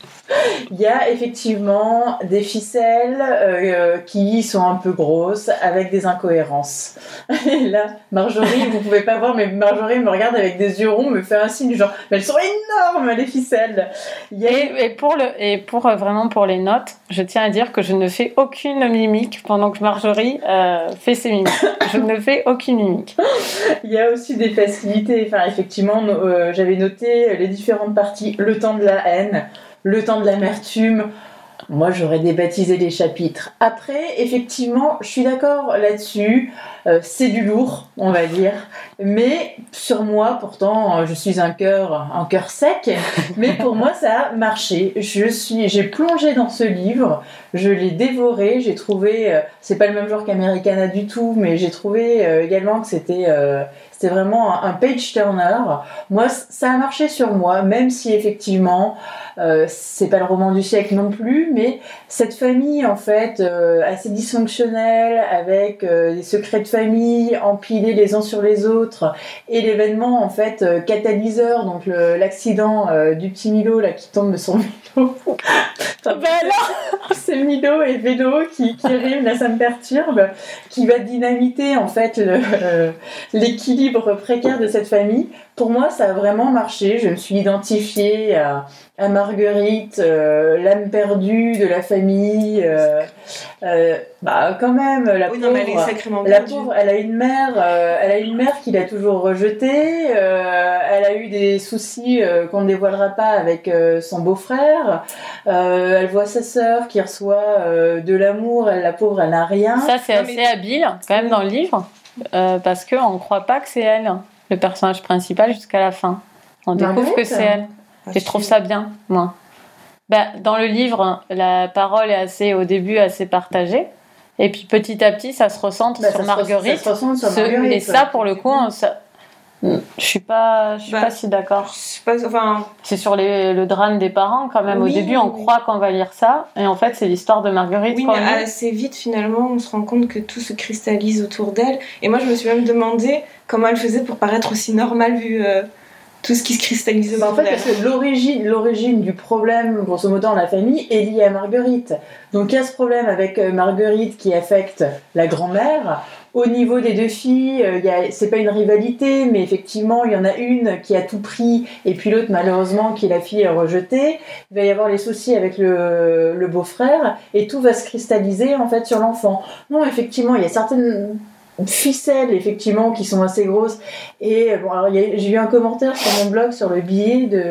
Il y a effectivement des ficelles euh, qui sont un peu grosses, avec des incohérences. Et là, Marjorie, vous pouvez pas voir, mais Marjorie me regarde avec des yeux ronds, me fait un signe du genre, mais elles sont énormes, les ficelles. Il y a... et, et, pour le, et pour vraiment pour les notes, je tiens à dire que je ne fais aucune mimique pendant que Marjorie euh, fait ses mimiques. Je ne fais aucune mimique. Il y a aussi des facilités. Enfin, effectivement, euh, j'avais noté les différentes parties. Le temps de la haine, le temps de l'amertume. Moi, j'aurais débaptisé les chapitres. Après, effectivement, je suis d'accord là-dessus. Euh, c'est du lourd, on va dire. Mais sur moi, pourtant, je suis un cœur, un cœur sec. Mais pour moi, ça a marché. Je suis, j'ai plongé dans ce livre. Je l'ai dévoré. J'ai trouvé, euh, c'est pas le même genre qu'Americana du tout, mais j'ai trouvé euh, également que c'était, euh, c'était vraiment un, un page turner. Moi, ça a marché sur moi, même si effectivement, euh, c'est pas le roman du siècle non plus, mais cette famille en fait euh, assez dysfonctionnelle, avec euh, des secrets de famille empilés les uns sur les autres, et l'événement en fait euh, catalyseur, donc le, l'accident euh, du petit Milo là qui tombe de son vélo. Ben là, c'est Milo et vélo qui, qui riment, là ça me perturbe, qui va dynamiter en fait le, euh, l'équilibre précaire de cette famille. Pour moi, ça a vraiment marché. Je me suis identifiée à, à Marguerite, euh, l'âme perdue de la famille. Euh, euh, bah, quand même, la oui, pauvre, non, mais elle est sacrément la perdue. pauvre, elle a une mère, euh, elle a une mère qui l'a toujours rejetée. Euh, elle a eu des soucis euh, qu'on ne dévoilera pas avec euh, son beau-frère. Euh, elle voit sa sœur qui reçoit euh, de l'amour. Elle, la pauvre, elle n'a rien. Ça, c'est non, assez mais... habile quand même dans le livre, euh, parce que on croit pas que c'est elle. Le personnage principal jusqu'à la fin. On découvre Marguerite, que c'est elle. Ah, Et je trouve ça bien, moi. Bah, dans le livre, la parole est assez, au début assez partagée. Et puis petit à petit, ça se recentre bah, sur ça Marguerite. Se, ça se recentre sur Ce, Marguerite. et ça, pour le coup, ça, je suis pas, je suis bah, pas si d'accord. Je sais pas, enfin... C'est sur les, le drame des parents quand même. Oui, au début, on oui. croit qu'on va lire ça. Et en fait, c'est l'histoire de Marguerite. Oui, mais assez vite, finalement, on se rend compte que tout se cristallise autour d'elle. Et moi, je me suis même demandé comment elle faisait pour paraître aussi normale vu euh, tout ce qui se cristallise autour bah, en fait, d'elle. parce que l'origine, l'origine du problème, grosso modo, dans la famille, est liée à Marguerite. Donc, il y a ce problème avec Marguerite qui affecte la grand-mère. Au niveau des deux filles, euh, y a, c'est pas une rivalité, mais effectivement, il y en a une qui a tout pris, et puis l'autre, malheureusement, qui est la fille rejetée. Il va y avoir les soucis avec le, le beau-frère, et tout va se cristalliser, en fait, sur l'enfant. Non, effectivement, il y a certaines ficelles, effectivement, qui sont assez grosses. Et bon, alors, y a, j'ai eu un commentaire sur mon blog, sur le billet de...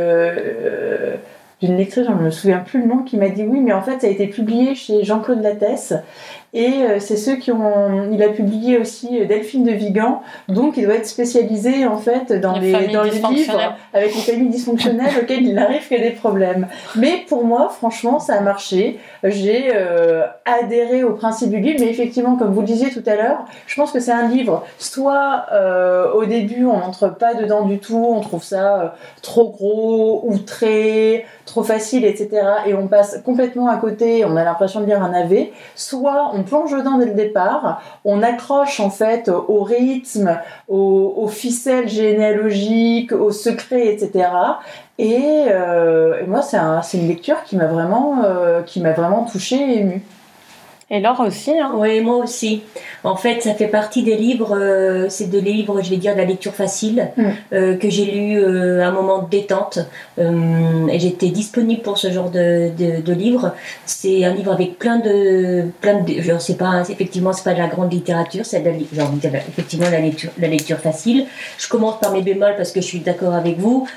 Euh, d'une lectrice, je ne me souviens plus le nom, qui m'a dit oui, mais en fait, ça a été publié chez Jean-Claude Lattès. Et euh, c'est ceux qui ont... Il a publié aussi Delphine de Vigan, donc il doit être spécialisé en fait dans les, les, dans les livres avec les familles dysfonctionnelles auxquelles il n'arrive que des problèmes. Mais pour moi, franchement, ça a marché. J'ai euh, adhéré au principe du livre, mais effectivement, comme vous le disiez tout à l'heure, je pense que c'est un livre, soit euh, au début, on n'entre pas dedans du tout, on trouve ça euh, trop gros, outré, trop facile, et cetera. Et on passe complètement à côté, on a l'impression de lire un A V. Soit on plonge dedans dès le départ, on accroche en fait au rythme, aux, aux ficelles généalogiques, aux secrets, et cetera. Et, euh, et moi, c'est, un, c'est une lecture qui m'a vraiment, euh, qui m'a vraiment touchée et émue. Et Laure aussi, hein. Oui, moi aussi. En fait, ça fait partie des livres, euh, c'est des livres, je vais dire, de la lecture facile, mm. euh, que j'ai lu euh, à un moment de détente. Euh, et j'étais disponible pour ce genre de, de, de livre. C'est un livre avec plein de... Plein de je ne sais pas, effectivement, c'est pas de la grande littérature, c'est de la, j'ai envie de dire, effectivement, la lecture, la lecture facile. Je commence par mes bémols parce que je suis d'accord avec vous.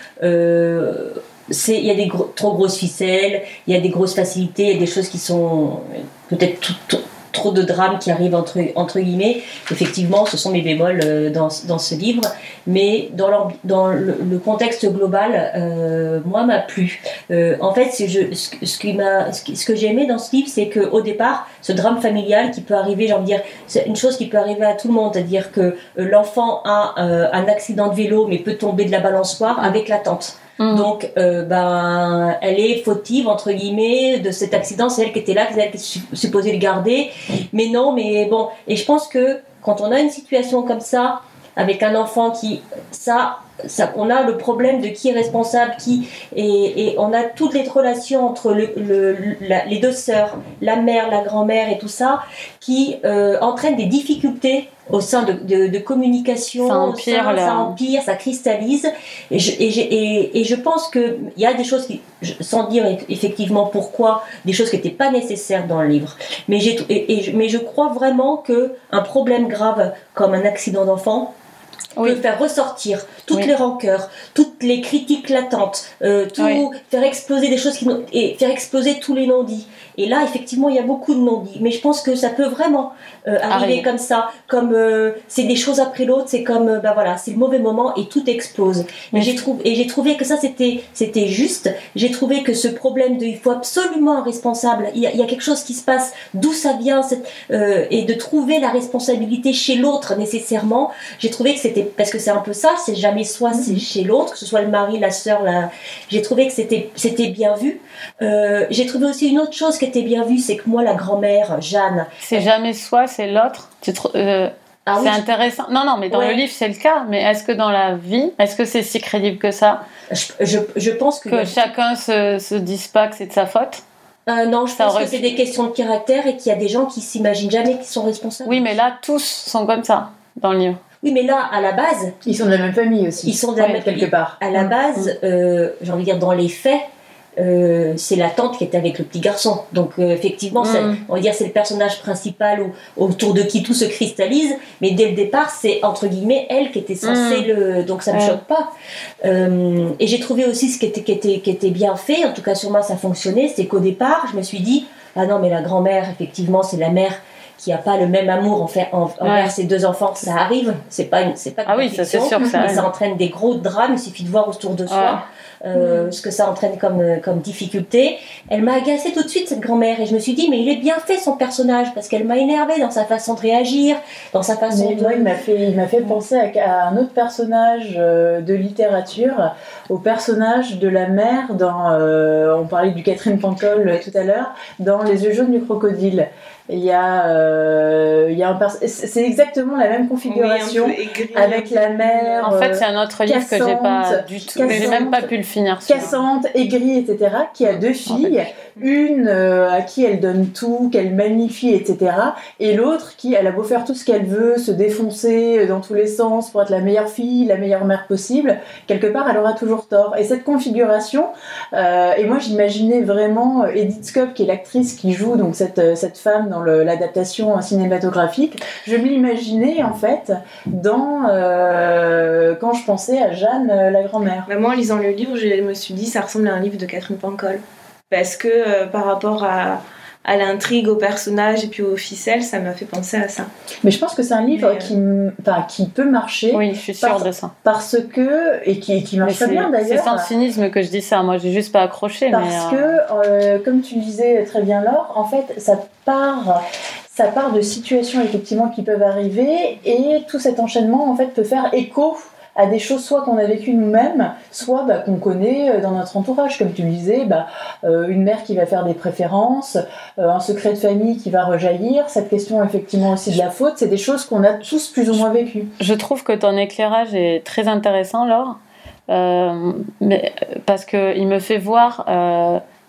Euh, c'est, il y a des gros, trop grosses ficelles, il y a des grosses facilités, il y a des choses qui sont peut-être tout, tout, trop de drames qui arrivent entre, entre guillemets. Effectivement, ce sont mes bémols euh, dans, dans ce livre, mais dans, dans le, le contexte global, euh, moi, m'a plu. Euh, en fait, c'est je, ce, ce, qui m'a, ce, ce que j'ai aimé dans ce livre, c'est qu'au départ, ce drame familial qui peut arriver, j'ai envie de dire, c'est une chose qui peut arriver à tout le monde, c'est-à-dire que euh, l'enfant a euh, un accident de vélo, mais peut tomber de la balançoire avec la tante. Mmh. Donc, euh, ben, elle est fautive, entre guillemets, de cet accident. C'est elle qui était là, c'est elle qui est supposée le garder. Mais non, mais bon. Et je pense que quand on a une situation comme ça, avec un enfant qui... ça, ça on a le problème de qui est responsable, qui... Et, et on a toutes les relations entre le, le, la, les deux sœurs, la mère, la grand-mère et tout ça, qui euh, entraînent des difficultés au sein de, de, de communication, ça empire, sein, là. ça empire, ça cristallise. Et je, et, et, et je pense qu'il y a des choses, qui, sans dire effectivement pourquoi, des choses qui n'étaient pas nécessaires dans le livre. Mais, j'ai, et, et, mais je crois vraiment qu'un problème grave comme un accident d'enfant oui. peut faire ressortir toutes oui. les rancœurs, toutes les critiques latentes, euh, tout, oui. faire exploser des choses qui et faire exploser tous les non-dits. Et là, effectivement, il y a beaucoup de non-dits. Mais je pense que ça peut vraiment euh, arriver Arrive. comme ça, comme euh, c'est des choses après l'autre, c'est comme, euh, ben voilà, c'est le mauvais moment et tout explose. Et j'ai, trou- et j'ai trouvé que ça, c'était, c'était juste. J'ai trouvé que ce problème de, il faut absolument un responsable. Il y a, il y a quelque chose qui se passe, d'où ça vient, euh, et de trouver la responsabilité chez l'autre nécessairement. J'ai trouvé que c'était, parce que c'est un peu ça, c'est jamais soi, c'est chez l'autre, que ce soit le mari, la sœur, la... j'ai trouvé que c'était, c'était bien vu. Euh, j'ai trouvé aussi une autre chose qui était bien vue, c'est que moi, la grand-mère, Jeanne... C'est jamais soi, c'est l'autre. Tu te, euh, ah, c'est oui, intéressant. Je... Non, non, mais dans ouais. le livre, c'est le cas. Mais est-ce que dans la vie, est-ce que c'est si crédible que ça ? je, je, je pense que... Que chacun se, se dise pas que c'est de sa faute ? Euh, non, je ça pense aurait... que c'est des questions de caractère et qu'il y a des gens qui s'imaginent jamais qu'ils sont responsables. Oui, mais là, tous sont comme ça, dans le livre. Oui, mais là, à la base... Ils sont de la même famille aussi. Ils sont de la ouais, même quelque part. À la base, mmh. euh, j'ai envie de dire, dans les faits, Euh, c'est la tante qui est avec le petit garçon. Donc euh, effectivement, mmh. c'est, on va dire c'est le personnage principal où, autour de qui tout se cristallise. Mais dès le départ, c'est entre guillemets elle qui était censée mmh. le. Donc ça me ouais. choque pas. Euh, et j'ai trouvé aussi ce qui était, qui était qui était bien fait. En tout cas sur moi, ça fonctionnait. C'est qu'au départ, je me suis dit ah non mais la grand-mère, effectivement, c'est la mère qui n'a pas le même amour en fait, en, envers ouais. ses deux enfants. Ça arrive. C'est pas une, c'est pas ah oui, ça c'est sûr que ça. Mais ça entraîne des gros drames. Il suffit de voir autour de soi. Ouais. Euh, mmh. ce que ça entraîne comme, comme difficulté. Elle m'a agacée tout de suite, cette grand-mère, et je me suis dit mais il est bien fait son personnage, parce qu'elle m'a énervée dans sa façon de réagir, dans sa façon mais de... moi, il m'a fait, il m'a fait penser à, à un autre personnage euh, de littérature, au personnage de la mère dans, euh, on parlait du Catherine Pancol euh, tout à l'heure, dans Les yeux jaunes du crocodile. Il y a, euh, il y a un pers- c'est exactement la même configuration oui, avec la mère. En fait, c'est un autre livre cassante, que j'ai pas du tout, cassante, j'ai même pas pu le finir. Cassante, aigrie, et cetera. Qui a deux filles, une euh, à qui elle donne tout, qu'elle magnifie, et cetera. Et l'autre qui, elle a beau faire tout ce qu'elle veut, se défoncer dans tous les sens pour être la meilleure fille, la meilleure mère possible. Quelque part, elle aura toujours tort. Et cette configuration, euh, et moi, j'imaginais vraiment Edith Scope, qui est l'actrice qui joue donc cette cette femme dans Le, l'adaptation cinématographique, je m'imaginais en fait dans euh, quand je pensais à Jeanne euh, la grand-mère. Bah moi en lisant le livre, je me suis dit ça ressemble à un livre de Catherine Pancol parce que euh, par rapport à à l'intrigue, au personnage et puis aux ficelles, ça m'a fait penser à ça. Mais je pense que c'est un livre Mais, qui, enfin, qui peut marcher. Oui, je suis sûre par, de ça. Parce que, et qui, qui marche très bien d'ailleurs. C'est sans cynisme que je dis ça, moi j'ai juste pas accroché. Parce mais, que, euh, comme tu disais très bien Laure, en fait, ça part... ça part de situations effectivement qui peuvent arriver et tout cet enchaînement en fait peut faire écho à des choses soit qu'on a vécues nous-mêmes, soit bah, qu'on connaît dans notre entourage. Comme tu le disais, bah, euh, une mère qui va faire des préférences, euh, un secret de famille qui va rejaillir, cette question effectivement aussi de la faute, c'est des choses qu'on a tous plus ou moins vécues. Je trouve que ton éclairage est très intéressant, Laure, euh, mais, parce qu'il me fait voir... Euh,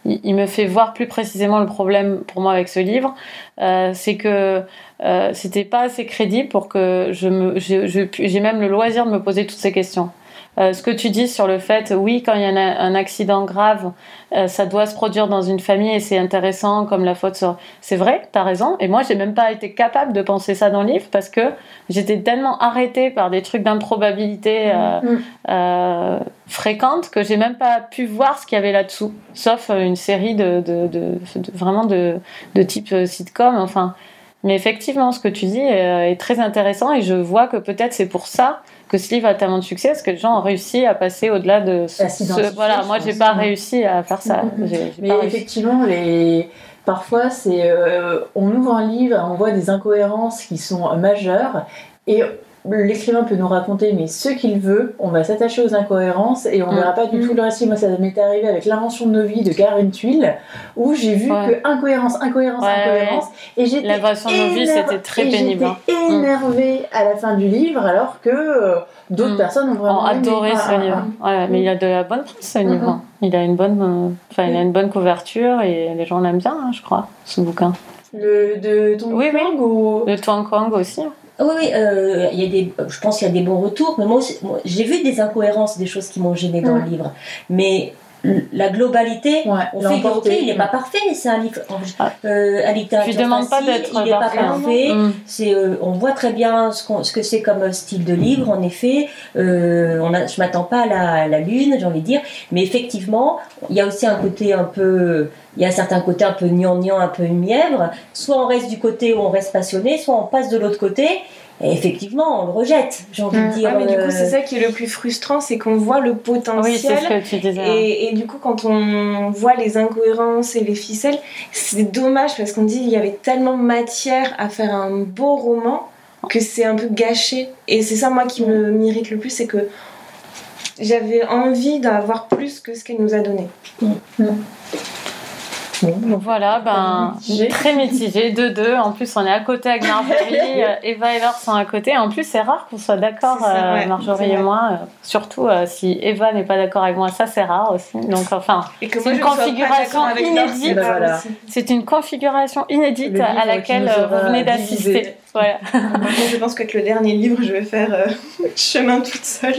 il, il me fait voir plus précisément le problème pour moi avec ce livre, euh, c'est que euh, c'était pas assez crédible pour que je me, je, je, j'ai même le loisir de me poser toutes ces questions. Euh, ce que tu dis sur le fait, oui, quand il y a un, un accident grave, euh, ça doit se produire dans une famille et c'est intéressant comme la faute sur... C'est vrai, t'as raison. Et moi, j'ai même pas été capable de penser ça dans le livre parce que j'étais tellement arrêtée par des trucs d'improbabilité euh, mmh. euh, fréquentes que j'ai même pas pu voir ce qu'il y avait là-dessous. Sauf une série de, de, de, de vraiment de, de type sitcom, enfin... Mais effectivement, ce que tu dis est, est très intéressant et je vois que peut-être c'est pour ça que ce livre a tellement de succès, parce que les gens ont réussi à passer au-delà de ce... ce voilà, moi, j'ai pas réussi à faire ça. Mm-hmm. J'ai, j'ai Mais pas effectivement, les... parfois, c'est, euh, on ouvre un livre, on voit des incohérences qui sont majeures et... l'écrivain peut nous raconter mais ce qu'il veut, on va s'attacher aux incohérences et on ne mmh. verra pas du tout le récit. Moi ça m'est arrivé avec L'invention de nos vies de Karen Tuile où j'ai vu ouais. que incohérence, incohérence, ouais, incohérence ouais. et j'étais L'invention énerv... de nos vies c'était très et pénible. J'étais énervée mmh. à la fin du livre alors que euh, d'autres mmh. personnes ont vraiment ont adoré ce ah, livre. Ah, ouais, mais il a de la bonne presse ce mmh. livre. Il a une bonne, enfin euh, il a une bonne couverture et les gens l'aiment bien, hein, je crois, ce bouquin. Le de Tong oui, Kwang oui. ou le Tong Kwang aussi. Oui, oui, euh, y a des, je pense qu'il y a des bons retours, mais moi, aussi, moi j'ai vu des incohérences, des choses qui m'ont gênée dans mmh. le livre. Mais la globalité, ouais, on fait que, ok, il n'est pas parfait, c'est un livre. Euh, à littérature je ne demande pas d'être il n'est pas parfait. Mmh. C'est, euh, on voit très bien ce, qu'on, ce que c'est comme style de livre, en effet. Euh, on a, je ne m'attends pas à la, à la lune, j'ai envie de dire. Mais effectivement, il y a aussi un côté un peu. Il y a un certain côté un peu gnangnan, un peu mièvre. Soit on reste du côté où on reste passionné, soit on passe de l'autre côté. Et effectivement, on le rejette, j'ai envie de dire. Ah, mais du coup, c'est ça qui est le plus frustrant, c'est qu'on voit le potentiel. Oui, c'est ce que tu disais. Et, et du coup, quand on voit les incohérences et les ficelles, c'est dommage parce qu'on dit qu'il y avait tellement de matière à faire un beau roman que c'est un peu gâché. Et c'est ça, moi, qui me m'irrite le plus, c'est que j'avais envie d'avoir plus que ce qu'elle nous a donné. Mmh. Bon, voilà, ben, mitigé. Très mitigé, deux deux. En plus, on est à côté avec Marjorie. Eva et Laure sont à côté. En plus, c'est rare qu'on soit d'accord, ça, euh, ouais, Marjorie et moi. Euh, surtout euh, si Eva n'est pas d'accord avec moi, ça c'est rare aussi. Donc, enfin, c'est une configuration inédite. Ben voilà. C'est une configuration inédite à laquelle vous venez d'assister. Voilà. Moi, je pense qu'avec le dernier livre, je vais faire euh, chemin toute seule.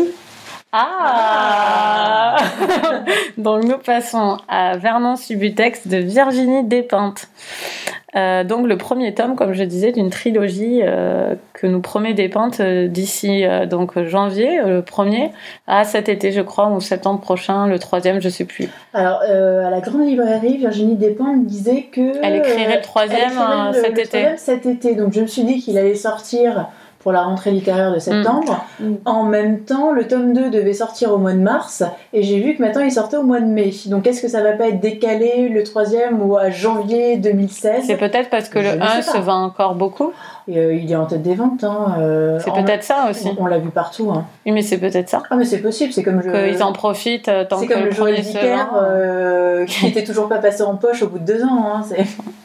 Ah, ah Donc nous passons à Vernon Subutex de Virginie Despentes. Euh, donc le premier tome, comme je disais, d'une trilogie euh, que nous promet Despentes euh, d'ici euh, donc janvier, euh, le premier, à cet été je crois, ou septembre prochain, le troisième, je sais plus. Alors euh, à la grande librairie, Virginie Despentes disait que elle écrirait le troisième euh, euh, cet le été. Troisième cet été. Donc je me suis dit qu'il allait sortir pour la rentrée littéraire de septembre. Mmh. En même temps, le tome deux devait sortir au mois de mars, et j'ai vu que maintenant il sortait au mois de mai. Donc est-ce que ça va pas être décalé, le troisième, ou à janvier deux mille seize ? C'est peut-être parce que je le un se vend encore beaucoup. Et euh, il est en tête des ventes. Hein, euh, c'est peut-être ça aussi. On, on l'a vu partout. Hein. Oui, mais c'est peut-être ça. Ah, mais c'est possible. C'est comme je... qu'ils en profitent euh, tant c'est que comme le, le premier Joël Dicker, euh, qui n'était toujours pas passé en poche au bout de deux ans. Hein, c'est...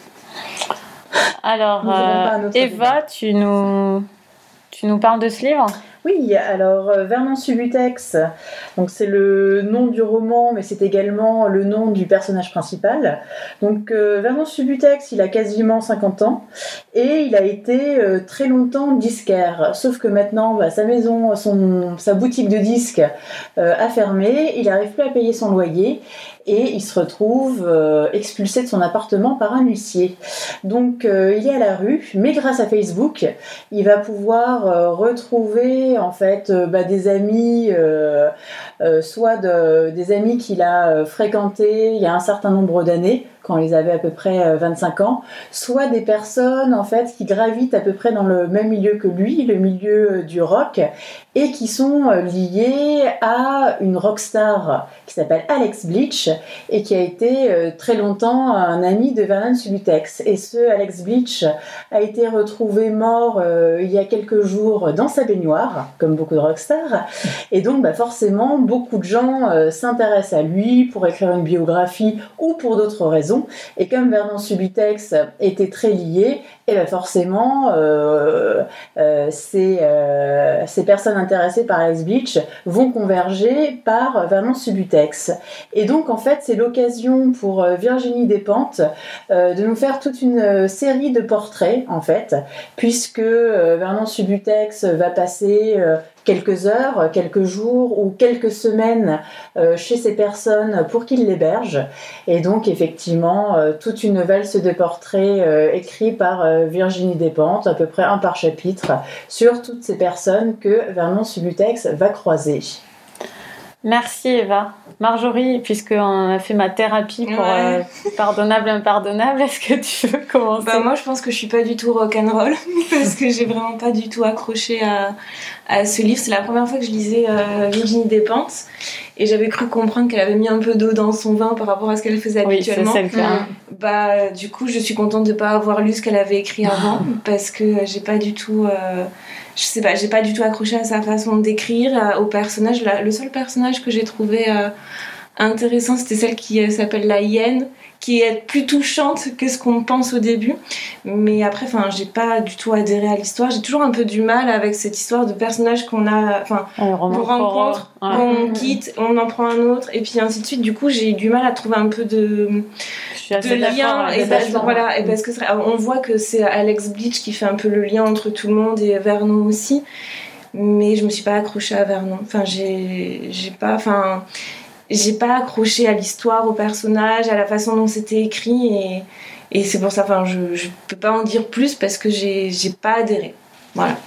Alors, euh, Eva, tu nous... Tu nous parles de ce livre ? Oui, alors euh, Vernon Subutex, donc c'est le nom du roman, mais c'est également le nom du personnage principal. Donc euh, Vernon Subutex, il a quasiment cinquante ans et il a été euh, très longtemps disquaire. Sauf que maintenant, bah, sa maison, son, sa boutique de disques euh, a fermé, il n'arrive plus à payer son loyer. Et il se retrouve euh, expulsé de son appartement par un huissier. Donc euh, il est à la rue, mais grâce à Facebook, il va pouvoir euh, retrouver en fait euh, bah, des amis, euh, euh, soit de, des amis qu'il a fréquentés il y a un certain nombre d'années, quand ils avaient à peu près vingt-cinq ans, soit des personnes en fait qui gravitent à peu près dans le même milieu que lui, le milieu du rock, et qui sont liées à une rockstar qui s'appelle Alex Bleach et qui a été très longtemps un ami de Vernon Subutex. Et ce Alex Bleach a été retrouvé mort euh, il y a quelques jours dans sa baignoire, comme beaucoup de rockstars. Et donc bah, forcément, beaucoup de gens euh, s'intéressent à lui pour écrire une biographie ou pour d'autres raisons. maison. Et comme Vernon Subutex était très lié, et ben forcément, euh, euh, ces, euh, ces personnes intéressées par Alex Bleach vont converger par Vernon Subutex. Et donc, en fait, c'est l'occasion pour Virginie Despentes euh, de nous faire toute une série de portraits, en fait, puisque euh, Vernon Subutex va passer euh, quelques heures, quelques jours ou quelques semaines euh, chez ces personnes pour qu'ils l'hébergent. Et donc, effectivement, euh, toute une valse de portraits euh, écrits par euh, Virginie Despentes, à peu près un par chapitre, sur toutes ces personnes que Vernon Subutex va croiser. Merci Eva. Marjorie, puisqu'on a fait ma thérapie pour ouais. euh, pardonnable, impardonnable, est-ce que tu veux commencer ? Bah moi je pense que je suis pas du tout rock'n'roll parce que j'ai vraiment pas du tout accroché à, à ce livre. C'est la première fois que je lisais euh, Virginie Despentes et j'avais cru comprendre qu'elle avait mis un peu d'eau dans son vin par rapport à ce qu'elle faisait habituellement. Oui, c'est le cas. Bah du coup je suis contente de pas avoir lu ce qu'elle avait écrit avant parce que j'ai pas du tout... Euh, je sais pas, j'ai pas du tout accroché à sa façon d'écrire, au personnage. Le seul personnage que j'ai trouvé euh, intéressant, c'était celle qui euh, s'appelle la hyène, qui est plus touchante que ce qu'on pense au début. Mais après, enfin, j'ai pas du tout adhéré à l'histoire. J'ai toujours un peu du mal avec cette histoire de personnage qu'on a, enfin, on rencontre, ouais. on quitte, on en prend un autre, et puis ainsi de suite. Du coup, j'ai eu du mal à trouver un peu de, de lien. Et, bah, voilà, et parce que on voit que c'est Alex Bleach qui fait un peu le lien entre tout le monde et Vernon aussi. Mais je me suis pas accrochée à Vernon. Enfin, j'ai, j'ai pas, enfin. J'ai pas accroché à l'histoire, au personnage, à la façon dont c'était écrit et, et c'est pour ça, enfin, je, je peux pas en dire plus parce que j'ai, j'ai pas adhéré. Voilà.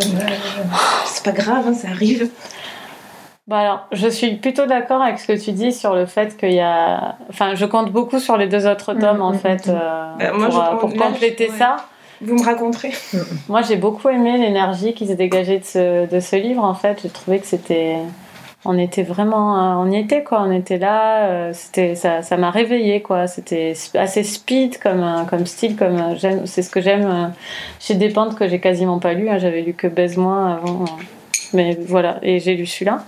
C'est pas grave, hein, ça arrive. Bon alors, je suis plutôt d'accord avec ce que tu dis sur le fait qu'il y a... Enfin, je compte beaucoup sur les deux autres tomes, mmh, en mmh, fait, mmh. Euh, bah, moi, pour, je, pour là, compléter je, ouais. ça. Vous me raconterez. Moi, j'ai beaucoup aimé l'énergie qui s'est dégagée de ce, de ce livre, en fait. J'ai trouvé que c'était... On était vraiment, on y était quoi, on était là, c'était, ça, ça m'a réveillée quoi, c'était assez speed comme, comme style, comme j'aime, c'est ce que j'aime chez Despentes que j'ai quasiment pas lu, hein, j'avais lu que Baise-moi avant, mais voilà, et j'ai lu celui-là.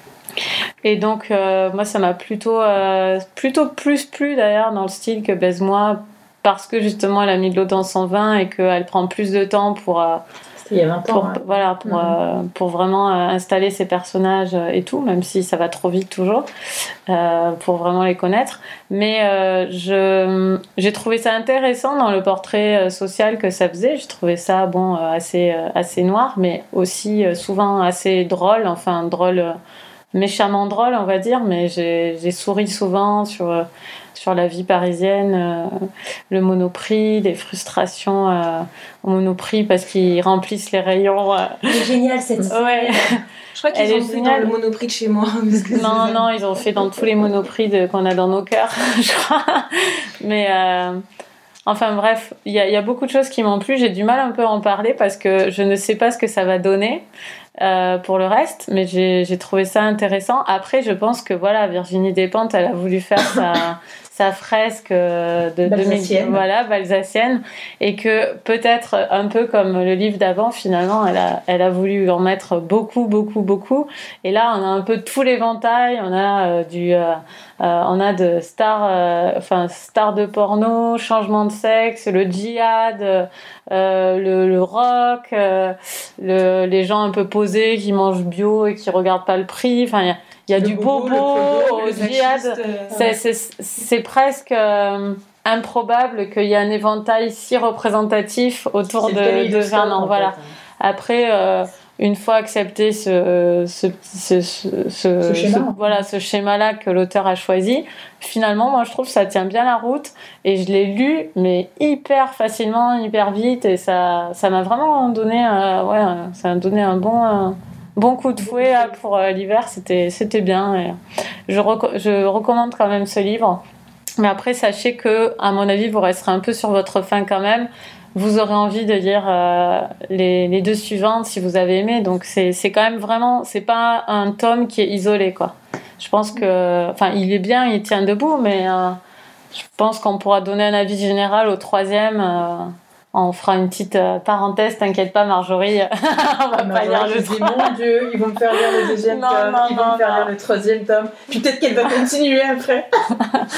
Et donc euh, moi ça m'a plutôt, euh, plutôt plus plu d'ailleurs dans le style que Baise-moi parce que justement elle a mis de l'eau dans son vin et qu'elle prend plus de temps pour euh, il y a vingt ans, pour, ouais. voilà, pour, mmh. euh, pour vraiment euh, installer ces personnages et tout, même si ça va trop vite toujours, euh, pour vraiment les connaître. Mais euh, je, j'ai trouvé ça intéressant dans le portrait social que ça faisait. J'ai trouvé ça bon, assez, assez noir, mais aussi souvent assez drôle, enfin drôle, méchamment drôle, on va dire, mais j'ai, j'ai souri souvent sur... sur la vie parisienne, euh, le Monoprix, les frustrations euh, au Monoprix parce qu'ils remplissent les rayons. Euh. C'est génial cette scène. Ouais. Je crois qu'ils Elle ont fait géniale. Dans le Monoprix de chez moi. Parce que non, non, ils ont fait dans tous les Monoprix de, qu'on a dans nos cœurs, je crois. Mais euh, enfin bref, il y, y a beaucoup de choses qui m'ont plu. J'ai du mal un peu à en parler parce que je ne sais pas ce que ça va donner. Euh, pour le reste, mais j'ai, j'ai trouvé ça intéressant. Après, je pense que voilà, Virginie Despentes, elle a voulu faire sa, sa fresque de balsacienne. Voilà, balsacienne, et que peut-être un peu comme le livre d'avant, finalement, elle a, elle a voulu en mettre beaucoup, beaucoup, beaucoup. Et là, on a un peu tout l'éventail. On a euh, du, euh, euh, on a de stars, euh, enfin stars de porno, changement de sexe, le djihad, euh, le, le rock, euh, le, les gens un peu posés qui mangent bio et qui regardent pas le prix. Enfin, il y a, il y a du bobo, au djihad. C'est, c'est, c'est presque euh, improbable qu'il y ait un éventail si représentatif autour c'est de, de Vernon. Voilà. Fait. Après, euh, une fois accepté ce, ce, ce, ce, ce, ce schéma, ce, voilà, ce schéma-là que l'auteur a choisi, finalement, moi, je trouve que ça tient bien la route. Et je l'ai lu, mais hyper facilement, hyper vite. Et ça, ça m'a vraiment donné, euh, ouais, ça m'a donné un bon... Euh, Bon coup de fouet là, pour euh, l'hiver, c'était, c'était bien. Et je, reco- je recommande quand même ce livre. Mais après, sachez que, à mon avis, vous resterez un peu sur votre faim quand même. Vous aurez envie de lire euh, les, les deux suivantes si vous avez aimé. Donc, c'est, c'est quand même vraiment... C'est pas un tome qui est isolé, quoi. Je pense que... Enfin, il est bien, il tient debout, mais euh, je pense qu'on pourra donner un avis général au troisième... Euh, On fera une petite euh, parenthèse, t'inquiète pas Marjorie, on va non, pas lire le dis, mon Dieu, ils vont me faire lire le deuxième non, tome, non, ils vont non, me faire non. lire le troisième tome, puis peut-être qu'elle va continuer après.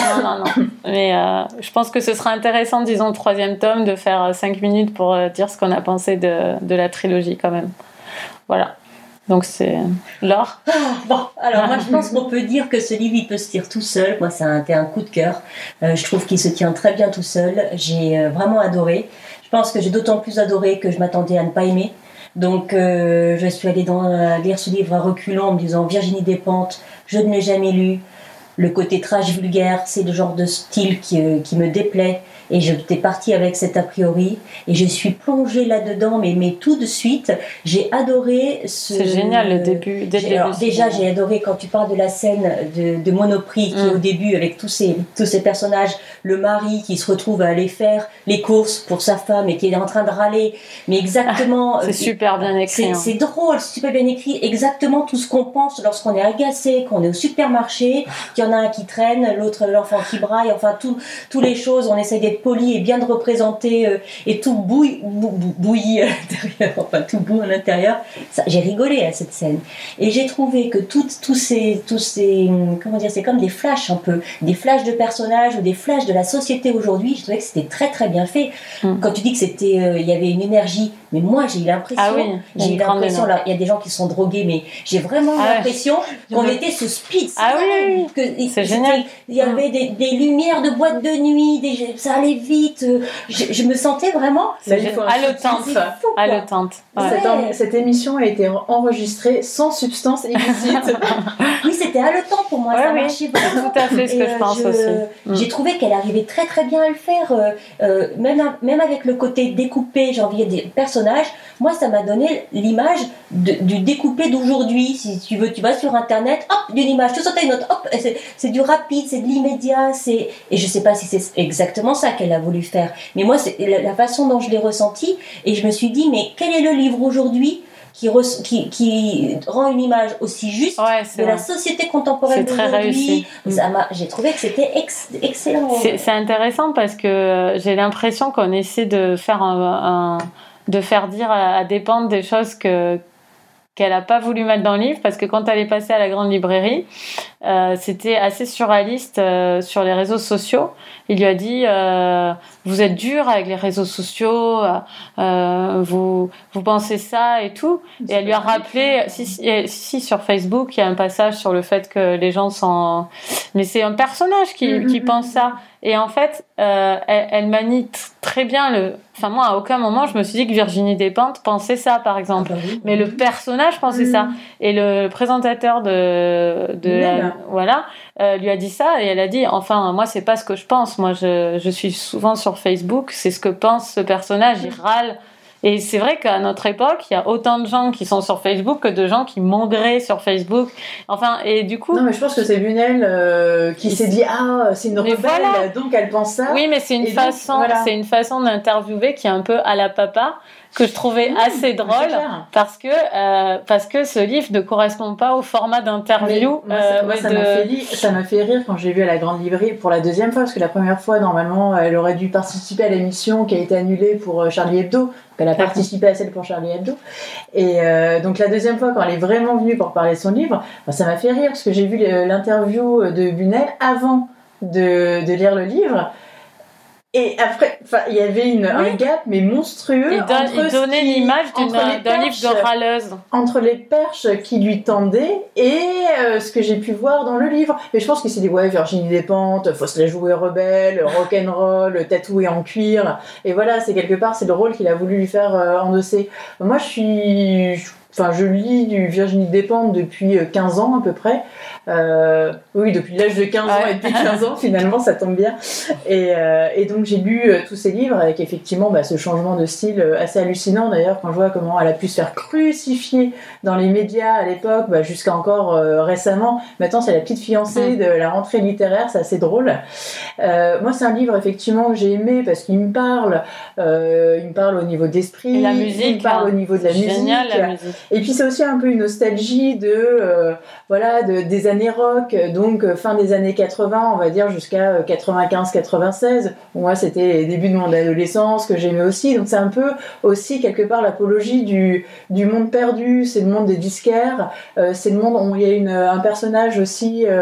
non, non, non. Mais euh, je pense que ce sera intéressant, disons, le troisième tome, de faire cinq minutes pour euh, dire ce qu'on a pensé de, de la trilogie, quand même. Voilà. Donc, c'est... Laure ? Ah, bon, alors moi, je pense qu'on peut dire que ce livre, il peut se lire tout seul. Moi, ça a été un coup de cœur. Euh, je trouve qu'il se tient très bien tout seul. J'ai euh, vraiment adoré. Je pense que j'ai d'autant plus adoré que je m'attendais à ne pas aimer. Donc, euh, je suis allée dans, euh, lire ce livre à reculons en me disant « Virginie Despentes, je ne l'ai jamais lu. Le côté trash vulgaire, c'est le genre de style qui, euh, qui me déplaît. » Et j'étais partie avec cet a priori. Et je suis plongée là-dedans, mais, mais tout de suite, j'ai adoré ce... C'est génial, le début. Dès le début Alors, déjà, j'ai adoré quand tu parles de la scène de, de Monoprix, qui mm. est au début, avec tous ces, tous ces personnages, le mari qui se retrouve à aller faire les courses pour sa femme et qui est en train de râler. Mais exactement... Ah, c'est euh, super bien écrit. C'est, hein. c'est drôle, c'est super bien écrit. Exactement tout ce qu'on pense lorsqu'on est agacé, qu'on est au supermarché, qu'il y en a un qui traîne, l'autre, l'enfant qui braille, enfin, tout, toutes les choses, on essaie d'être poli et bien de représenter euh, et tout bouille, bou, bou, bouillit à l'intérieur, enfin tout bout à l'intérieur. Ça, j'ai rigolé à cette scène et j'ai trouvé que toutes, tous ces, tous ces, comment dire, c'est comme des flashs un peu, des flashs de personnages ou des flashs de la société aujourd'hui. Je trouvais que c'était très très bien fait. Mm. Quand tu dis que c'était, il euh, y avait une énergie, mais moi j'ai eu l'impression, ah oui, j'ai eu l'impression, là il y a des gens qui sont drogués, mais j'ai vraiment ah l'impression ouais. qu'on était sous speed. Ah oui, que, c'est génial. Il y avait mm. des, des lumières de boîte de nuit, des, ça allait vite. Je, je me sentais vraiment haletante. Haletante. Ouais. Cette, cette émission a été enregistrée sans substance illicite. Oui, c'était haletant pour moi. Ouais, ça oui. marchait vraiment. Tout à fait ce que et, je euh, pense je, aussi. J'ai mm. trouvé qu'elle arrivait très très bien à le faire, euh, euh, même, même avec le côté découpé, j'ai envie des personnages. Moi, ça m'a donné l'image de, du découpé d'aujourd'hui. Si tu veux, tu vas sur Internet, hop, d'une image, tu sautes à une autre, hop, c'est, c'est du rapide, c'est de l'immédiat, c'est et je sais pas si c'est exactement ça qu'elle a voulu faire. Mais moi, c'est la, la façon dont je l'ai ressenti, et je me suis dit, mais quel est le livre aujourd'hui qui, re, qui, qui rend une image aussi juste ouais, de vrai. La société contemporaine c'est d'aujourd'hui. Ça m'a, j'ai trouvé que c'était ex, excellent. C'est, c'est intéressant parce que j'ai l'impression qu'on essaie de faire un, un de faire dire à, à Despentes des choses que qu'elle n'a pas voulu mettre dans le livre, parce que quand elle est passée à la grande librairie, euh, c'était assez surréaliste euh, sur les réseaux sociaux. Il lui a dit euh, vous êtes dur avec les réseaux sociaux, euh, vous vous pensez ça et tout. Et elle lui a rappelé si, si, si sur Facebook il y a un passage sur le fait que les gens sont, mais c'est un personnage qui mm-hmm. qui pense ça. Et en fait, euh, elle, elle manie t- très bien le. Enfin, moi, à aucun moment, je me suis dit que Virginie Despentes pensait ça, par exemple. Ah bah oui, mais oui. Le personnage pensait mmh. ça. Et le présentateur de, de la, voilà, euh, lui a dit ça, et elle a dit, enfin, moi, c'est pas ce que je pense. Moi, je, je suis souvent sur Facebook. C'est ce que pense ce personnage. Il râle. Et c'est vrai qu'à notre époque, il y a autant de gens qui sont sur Facebook que de gens qui mongeraient sur Facebook. Enfin, et du coup... Non, mais je pense que c'est Bunel euh, qui s'est dit « Ah, c'est une rebelle, voilà. Donc elle pense ça. » Oui, mais c'est une, façon, donc, voilà. c'est une façon d'interviewer qui est un peu à la papa, que je trouvais mmh, assez drôle, parce que, euh, parce que ce livre ne correspond pas au format d'interview. Mais, moi, ça, euh, moi, ça, de... m'a fait li- ça m'a fait rire quand j'ai vu à la grande librairie pour la deuxième fois, parce que la première fois, normalement, elle aurait dû participer à l'émission qui a été annulée pour Charlie Hebdo. Elle a participé à celle pour Charlie Hebdo. Et euh, donc la deuxième fois, quand elle est vraiment venue pour parler de son livre, ben, ça m'a fait rire, parce que j'ai vu l'interview de Bunel avant de, de lire le livre. Et après, il y avait une, oui. un gap, mais monstrueux. Il, donne, il donnait qui, l'image d'une, d'un perches, livre de râleuse. Entre les perches qui lui tendaient et euh, ce que j'ai pu voir dans le livre. Et je pense qu'il s'est dit, ouais, Virginie Despentes, faut se la jouer rebelle, rock'n'roll, tatouée en cuir. Et voilà, c'est quelque part, c'est le rôle qu'il a voulu lui faire euh, endosser. Moi, je suis... Je, Enfin, je lis du Virginie Despentes depuis quinze ans à peu près. Euh, oui, depuis l'âge de quinze ans et depuis quinze ans, finalement, ça tombe bien. Et, euh, et donc, j'ai lu euh, tous ces livres avec effectivement bah, ce changement de style assez hallucinant. D'ailleurs, quand je vois comment elle a pu se faire crucifier dans les médias à l'époque, bah, jusqu'à encore euh, récemment. Maintenant, c'est la petite fiancée de la rentrée littéraire, c'est assez drôle. Euh, moi, c'est un livre effectivement que j'ai aimé parce qu'il me parle. Euh, il me parle au niveau d'esprit. Et la musique. Il me parle hein. au niveau de la musique. Génial, la musique. Et puis c'est aussi un peu une nostalgie de euh, voilà de, des années rock, donc euh, fin des années quatre-vingts, on va dire jusqu'à quatre-vingt-quinze quatre-vingt-seize. Moi c'était les débuts de mon adolescence que j'aimais aussi, donc c'est un peu aussi quelque part l'apologie du du monde perdu. C'est le monde des disquaires, euh, c'est le monde où il y a une un personnage aussi euh,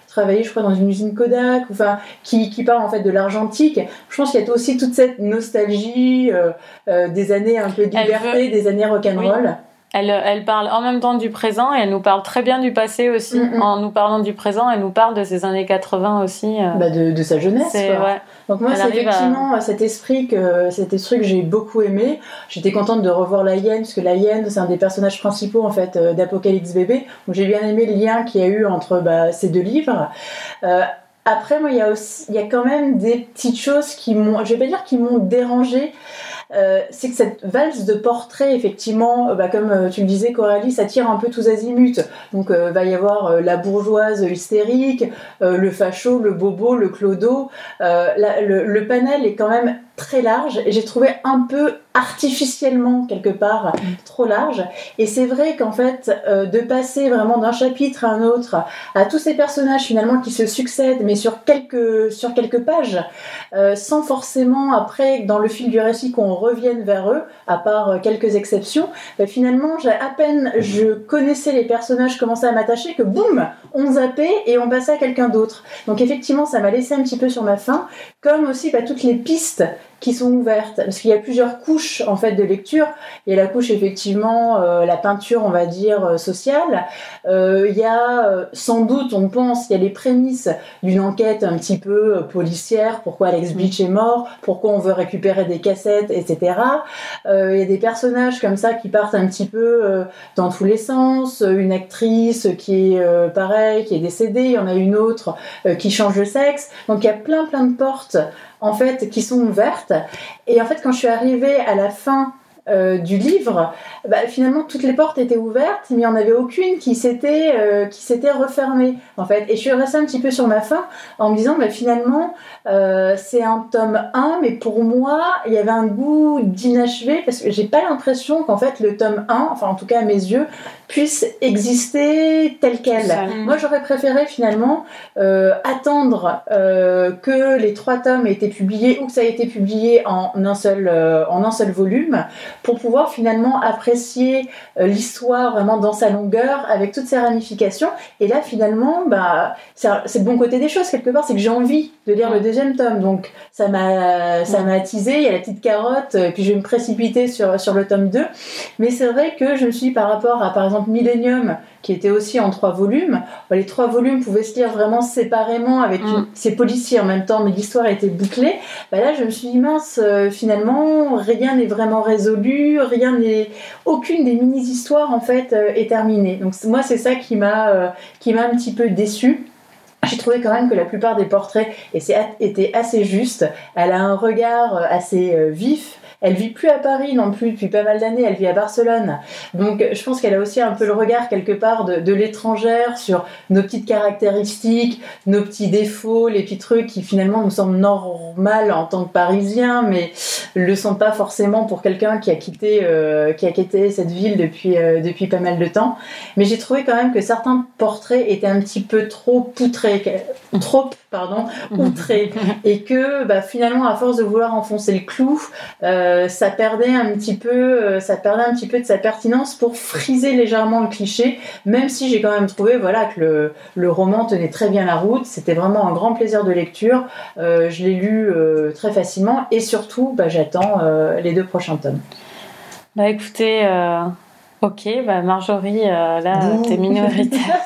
travaillé, je crois, dans une usine Kodak, enfin, qui, qui parle en fait de l'argentique. Je pense qu'il y a aussi toute cette nostalgie euh, euh, des années un peu de liberté, veut... des années rock'n'roll. Oui. Elle, elle parle en même temps du présent et elle nous parle très bien du passé aussi. Mm-hmm. En nous parlant du présent, elle nous parle de ces années quatre-vingts aussi. Euh... Bah de, de sa jeunesse. C'est, quoi. Ouais. Donc moi, elle c'est effectivement à... cet esprit que cet esprit que j'ai beaucoup aimé. J'étais contente de revoir la Hyène, parce que la Hyène, c'est un des personnages principaux en fait euh, d'Apocalypse Bébé. Donc j'ai bien aimé le lien qu'il y a eu entre bah, ces deux livres. Euh, après, moi, il y a aussi, il y a quand même des petites choses qui m'ont, je vais pas dire qui m'ont dérangée. Euh, c'est que cette valse de portraits, effectivement, bah, comme euh, tu le disais, Coralie, ça tire un peu tous azimuts. Donc, euh, va y avoir euh, la bourgeoise hystérique, euh, le facho, le bobo, le clodo. Euh, la, le, le panel est quand même très large et j'ai trouvé un peu artificiellement quelque part trop large. Et c'est vrai qu'en fait, euh, de passer vraiment d'un chapitre à un autre à tous ces personnages finalement qui se succèdent, mais sur quelques sur quelques pages, euh, sans forcément après dans le fil du récit qu'on revienne vers eux, à part quelques exceptions, bah, finalement, j'ai à peine je connaissais les personnages, commençais à m'attacher que boum, on zappait et on passait à quelqu'un d'autre. Donc effectivement, ça m'a laissé un petit peu sur ma faim, comme aussi bah, toutes les pistes qui sont ouvertes, parce qu'il y a plusieurs couches en fait de lecture. Il y a la couche effectivement euh, la peinture, on va dire euh, sociale. Euh, il y a euh, sans doute, on pense, il y a les prémices d'une enquête un petit peu euh, policière. Pourquoi Alex Beach est mort, pourquoi on veut récupérer des cassettes, et cetera. Euh, il y a des personnages comme ça qui partent un petit peu euh, dans tous les sens. Une actrice qui est euh, pareil, qui est décédée. Il y en a une autre euh, qui change de sexe. Donc il y a plein plein de portes en fait, qui sont ouvertes. Et en fait, quand je suis arrivée à la fin euh, du livre, bah, finalement, toutes les portes étaient ouvertes, mais il n'y en avait aucune qui s'était, euh, qui s'était refermée, en fait. Et je suis restée un petit peu sur ma faim en me disant, bah, finalement, euh, c'est un tome un, mais pour moi, il y avait un goût d'inachevé, parce que j'ai pas l'impression qu'en fait, le tome un, enfin, en tout cas à mes yeux, puisse exister tel quel. Mmh. Moi, j'aurais préféré finalement euh, attendre euh, que les trois tomes aient été publiés ou que ça ait été publié en un seul, euh, en un seul volume pour pouvoir finalement apprécier euh, l'histoire vraiment dans sa longueur avec toutes ses ramifications. Et là, finalement, bah, c'est, c'est le bon côté des choses quelque part, c'est que j'ai envie de lire mmh. le deuxième tome. Donc, ça m'a, ça mmh. m'a attisé. Il y a la petite carotte, et puis je vais me précipiter sur, sur le tome deux. Mais c'est vrai que je me suis dit, par rapport à, par exemple, Millennium, qui était aussi en trois volumes. Les trois volumes pouvaient se lire vraiment séparément avec une... ces policiers en même temps, mais l'histoire était bouclée. Bah là, je me suis dit, mince, euh, finalement, rien n'est vraiment résolu, rien n'est... aucune des mini-histoires, en fait, euh, est terminée. Donc moi, c'est ça qui m'a, euh, qui m'a un petit peu déçue. J'ai trouvé quand même que la plupart des portraits étaient assez justes. Elle a un regard assez euh, vif. Elle vit plus à Paris non plus depuis pas mal d'années, elle vit à Barcelone. Donc je pense qu'elle a aussi un peu le regard quelque part de, de l'étrangère sur nos petites caractéristiques, nos petits défauts, les petits trucs qui finalement nous semblent normaux en tant que Parisiens, mais le sont pas forcément pour quelqu'un qui a quitté, euh, qui a quitté cette ville depuis, euh, depuis pas mal de temps. Mais j'ai trouvé quand même que certains portraits étaient un petit peu trop poutrés, trop, pardon, outrés, et que bah, finalement à force de vouloir enfoncer le clou, euh, ça perdait un petit peu, ça perdait un petit peu de sa pertinence pour friser légèrement le cliché, même si j'ai quand même trouvé voilà, que le, le roman tenait très bien la route. C'était vraiment un grand plaisir de lecture. Euh, je l'ai lu euh, très facilement et surtout, bah, j'attends euh, les deux prochains tomes. Bah écoutez, euh, ok, bah Marjorie, euh, là, Bouh. T'es minoritaire.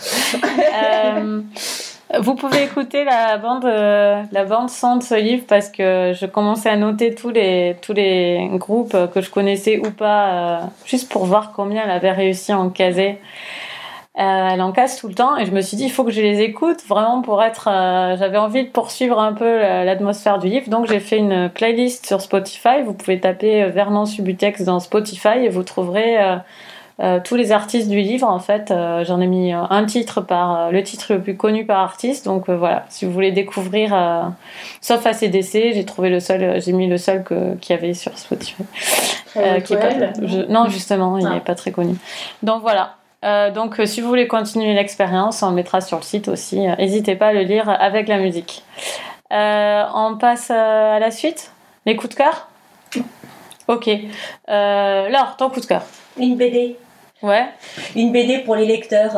euh, Vous pouvez écouter la bande, euh, la bande son de ce livre parce que je commençais à noter tous les, tous les groupes que je connaissais ou pas, euh, juste pour voir combien elle avait réussi à en caser. Euh, elle en casse tout le temps et je me suis dit il faut que je les écoute vraiment pour être. Euh, j'avais envie de poursuivre un peu l'atmosphère du livre, donc j'ai fait une playlist sur Spotify. Vous pouvez taper Vernon Subutex dans Spotify et vous trouverez. Euh, Euh, tous les artistes du livre en fait, euh, j'en ai mis un titre par euh, le titre le plus connu par artiste, donc euh, voilà, si vous voulez découvrir euh, sauf A C D C, j'ai trouvé le seul, j'ai mis le seul que, qu'il y avait sur Spotify euh, qui est pas, je, non justement il n'est ah. pas très connu, donc voilà. Euh, donc euh, si vous voulez continuer l'expérience, on le mettra sur le site aussi, n'hésitez pas à le lire avec la musique. Euh, on passe euh, à la suite, les coups de cœur. Ok, euh, Laure, ton coup de cœur. Une B D. Ouais. Une B D pour les lecteurs.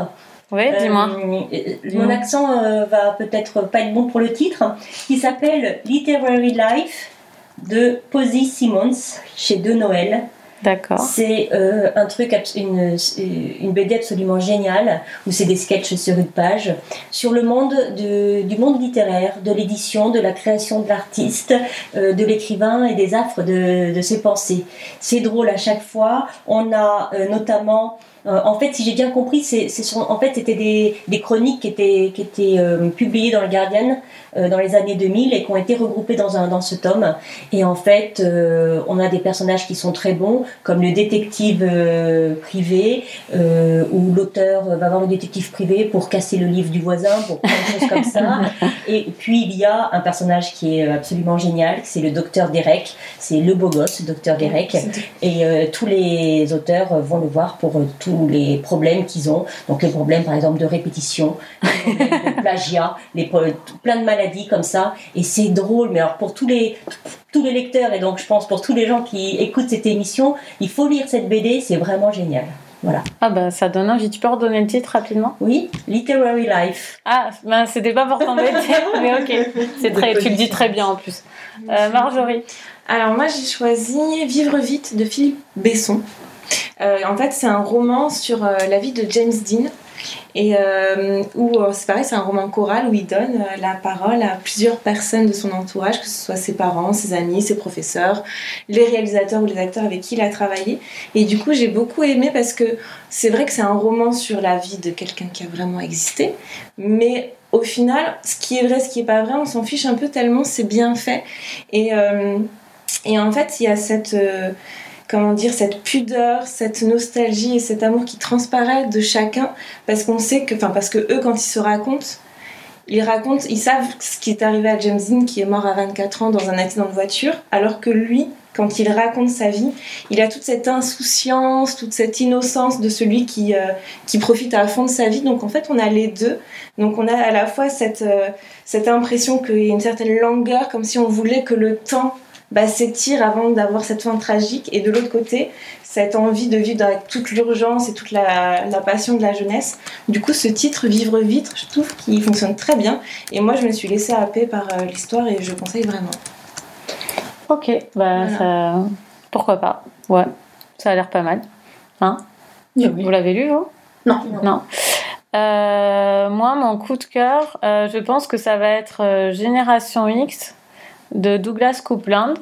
Oui, dis-moi. Euh, mon accent euh, va peut-être pas être bon pour le titre, qui s'appelle Literary Life de Posy Simmonds chez De Noël. D'accord. C'est euh, un truc, une, une B D absolument géniale, où c'est des sketchs sur une page, sur le monde de, du monde littéraire, de l'édition, de la création de l'artiste, euh, de l'écrivain et des affres de, de ses pensées. C'est drôle à chaque fois. On a euh, notamment... Euh, en fait, si j'ai bien compris, c'est, c'est son, en fait, c'était des, des chroniques qui étaient, qui étaient euh, publiées dans le Guardian euh, dans les années deux mille et qui ont été regroupées dans, un, dans ce tome. Et en fait, euh, on a des personnages qui sont très bons, comme le détective euh, privé, euh, où l'auteur va voir le détective privé pour casser le livre du voisin, pour plein de choses comme ça. Et puis, il y a un personnage qui est absolument génial, c'est le docteur Derek. C'est le beau gosse, le docteur Derek. Et euh, tous les auteurs vont le voir pour euh, tout les problèmes qu'ils ont, donc les problèmes par exemple de répétition, les problèmes de plagiat, les problèmes, plein de maladies comme ça, et c'est drôle, mais alors pour tous les, tous les lecteurs, et donc je pense pour tous les gens qui écoutent cette émission, il faut lire cette B D, c'est vraiment génial. Voilà. Ah bah ça donne envie, tu peux redonner le titre rapidement ? Oui, Literary Life. Ah, ben c'était pas pour t'embêter, mais ok, c'est très, tu le dis très bien en plus. Euh, Marjorie ? Alors moi j'ai choisi Vivre vite de Philippe Besson. Euh, en fait, c'est un roman sur euh, la vie de James Dean. Et euh, où euh, c'est pareil, c'est un roman choral où il donne euh, la parole à plusieurs personnes de son entourage, que ce soit ses parents, ses amis, ses professeurs, les réalisateurs ou les acteurs avec qui il a travaillé. Et du coup, j'ai beaucoup aimé parce que c'est vrai que c'est un roman sur la vie de quelqu'un qui a vraiment existé, mais au final, ce qui est vrai, ce qui est pas vrai, on s'en fiche un peu tellement c'est bien fait. Et, euh, et en fait, il y a cette... Euh, comment dire, cette pudeur, cette nostalgie et cet amour qui transparaît de chacun, parce qu'on sait que, enfin, parce que eux, quand ils se racontent, ils racontent, ils savent ce qui est arrivé à James Dean, qui est mort à vingt-quatre ans dans un accident de voiture, alors que lui, quand il raconte sa vie, il a toute cette insouciance, toute cette innocence de celui qui, euh, qui profite à fond de sa vie. Donc en fait, on a les deux. Donc on a à la fois cette, euh, cette impression qu'il y a une certaine langueur, comme si on voulait que le temps bah, s'étire avant d'avoir cette fin tragique, et de l'autre côté cette envie de vivre avec toute l'urgence et toute la, la passion de la jeunesse. Du coup, ce titre Vivre vite, je trouve qu'il fonctionne très bien, et moi je me suis laissée happer par euh, l'histoire et je conseille vraiment. Ok, bah voilà. Ça... pourquoi pas, ouais, ça a l'air pas mal, hein. Oui. Vous l'avez lu, vous ? Non. Non. Euh, moi, mon coup de cœur, euh, je pense que ça va être euh, Génération X de Douglas Coupland.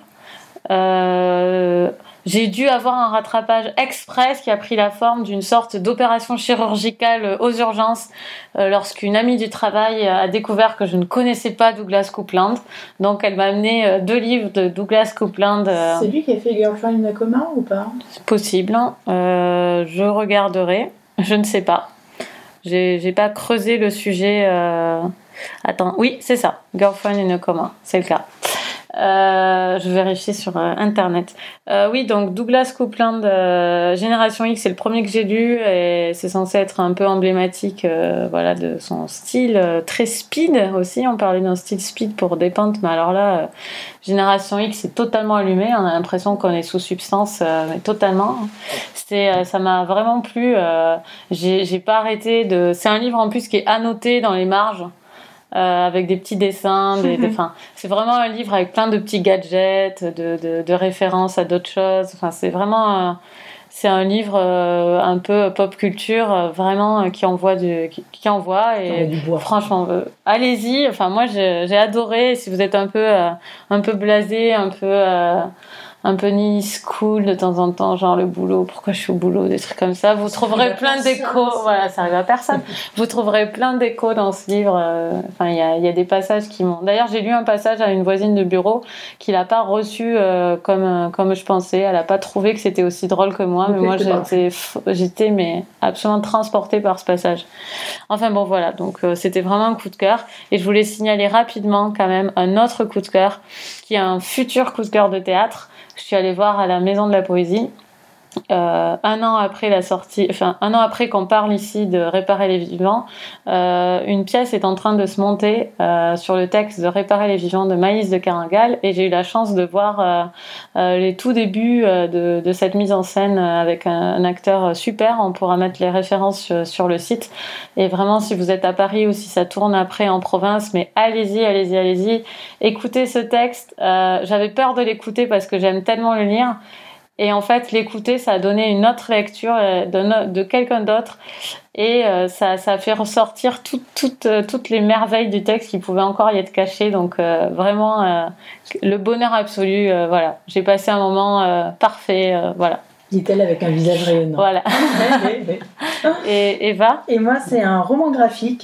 Euh, j'ai dû avoir un rattrapage express qui a pris la forme d'une sorte d'opération chirurgicale aux urgences euh, lorsqu'une amie du travail a découvert que je ne connaissais pas Douglas Coupland. Donc elle m'a amené euh, deux livres de Douglas Coupland. Euh, C'est lui qui a fait Girlfriend in a Coma ou pas ? C'est possible. Euh, je regarderai. Je ne sais pas. J'ai, j'ai pas creusé le sujet. Euh... Attends, oui, c'est ça. Girlfriend in a Coma, c'est le cas. Euh, je vérifie sur euh, internet. Euh, oui, donc Douglas Coupland, euh, Génération X, c'est le premier que j'ai lu et c'est censé être un peu emblématique, euh, voilà, de son style euh, très speed aussi. On parlait d'un style speed pour Dépente, mais alors là, euh, Génération X, c'est totalement allumé. On a l'impression qu'on est sous substance, euh, mais totalement. C'était, euh, ça m'a vraiment plu. Euh, j'ai, j'ai pas arrêté de. C'est un livre en plus qui est annoté dans les marges. Euh, avec des petits dessins, des, des, enfin, c'est vraiment un livre avec plein de petits gadgets, de, de, de références à d'autres choses. Enfin, c'est vraiment, euh, c'est un livre euh, un peu pop culture, euh, vraiment euh, qui envoie du, qui, qui envoie et du bois. Franchement, euh, allez-y. Enfin, moi, j'ai, j'ai adoré. Si vous êtes un peu, euh, un peu blasé, un peu euh, un peu ni school de temps en temps, genre le boulot, pourquoi je suis au boulot, des trucs comme ça. Vous ça trouverez plein d'échos. Voilà, ça arrive à personne. Vous trouverez plein d'échos dans ce livre. Enfin, il y a, y a des passages qui m'ont. D'ailleurs, j'ai lu un passage à une voisine de bureau qui l'a pas reçu euh, comme comme je pensais. Elle a pas trouvé que c'était aussi drôle que moi, mais moi j'étais j'étais mais absolument transportée par ce passage. Enfin bon, voilà. Donc euh, c'était vraiment un coup de cœur. Et je voulais signaler rapidement quand même un autre coup de cœur qui est un futur coup de cœur de théâtre. Je suis allée voir à la Maison de la Poésie Euh, un an après la sortie, enfin un an après qu'on parle ici de Réparer les vivants, euh, une pièce est en train de se monter euh, sur le texte de Réparer les vivants de Maïs de Caringal, et j'ai eu la chance de voir euh, euh, les tout débuts euh, de, de cette mise en scène avec un, un acteur super. On pourra mettre les références sur, sur le site, et vraiment si vous êtes à Paris ou si ça tourne après en province, mais allez-y, allez-y, allez-y, écoutez ce texte. Euh, j'avais peur de l'écouter parce que j'aime tellement le lire. Et en fait, l'écouter, ça a donné une autre lecture de, no- de quelqu'un d'autre. Et euh, ça, ça a fait ressortir tout, tout, euh, toutes les merveilles du texte qui pouvaient encore y être cachées. Donc euh, vraiment, euh, le bonheur absolu. Euh, voilà, j'ai passé un moment euh, parfait. Euh, voilà. Dit-elle avec un visage rayonnant. Voilà. Ouais, ouais, ouais. Et Eva ? Et moi, c'est un roman graphique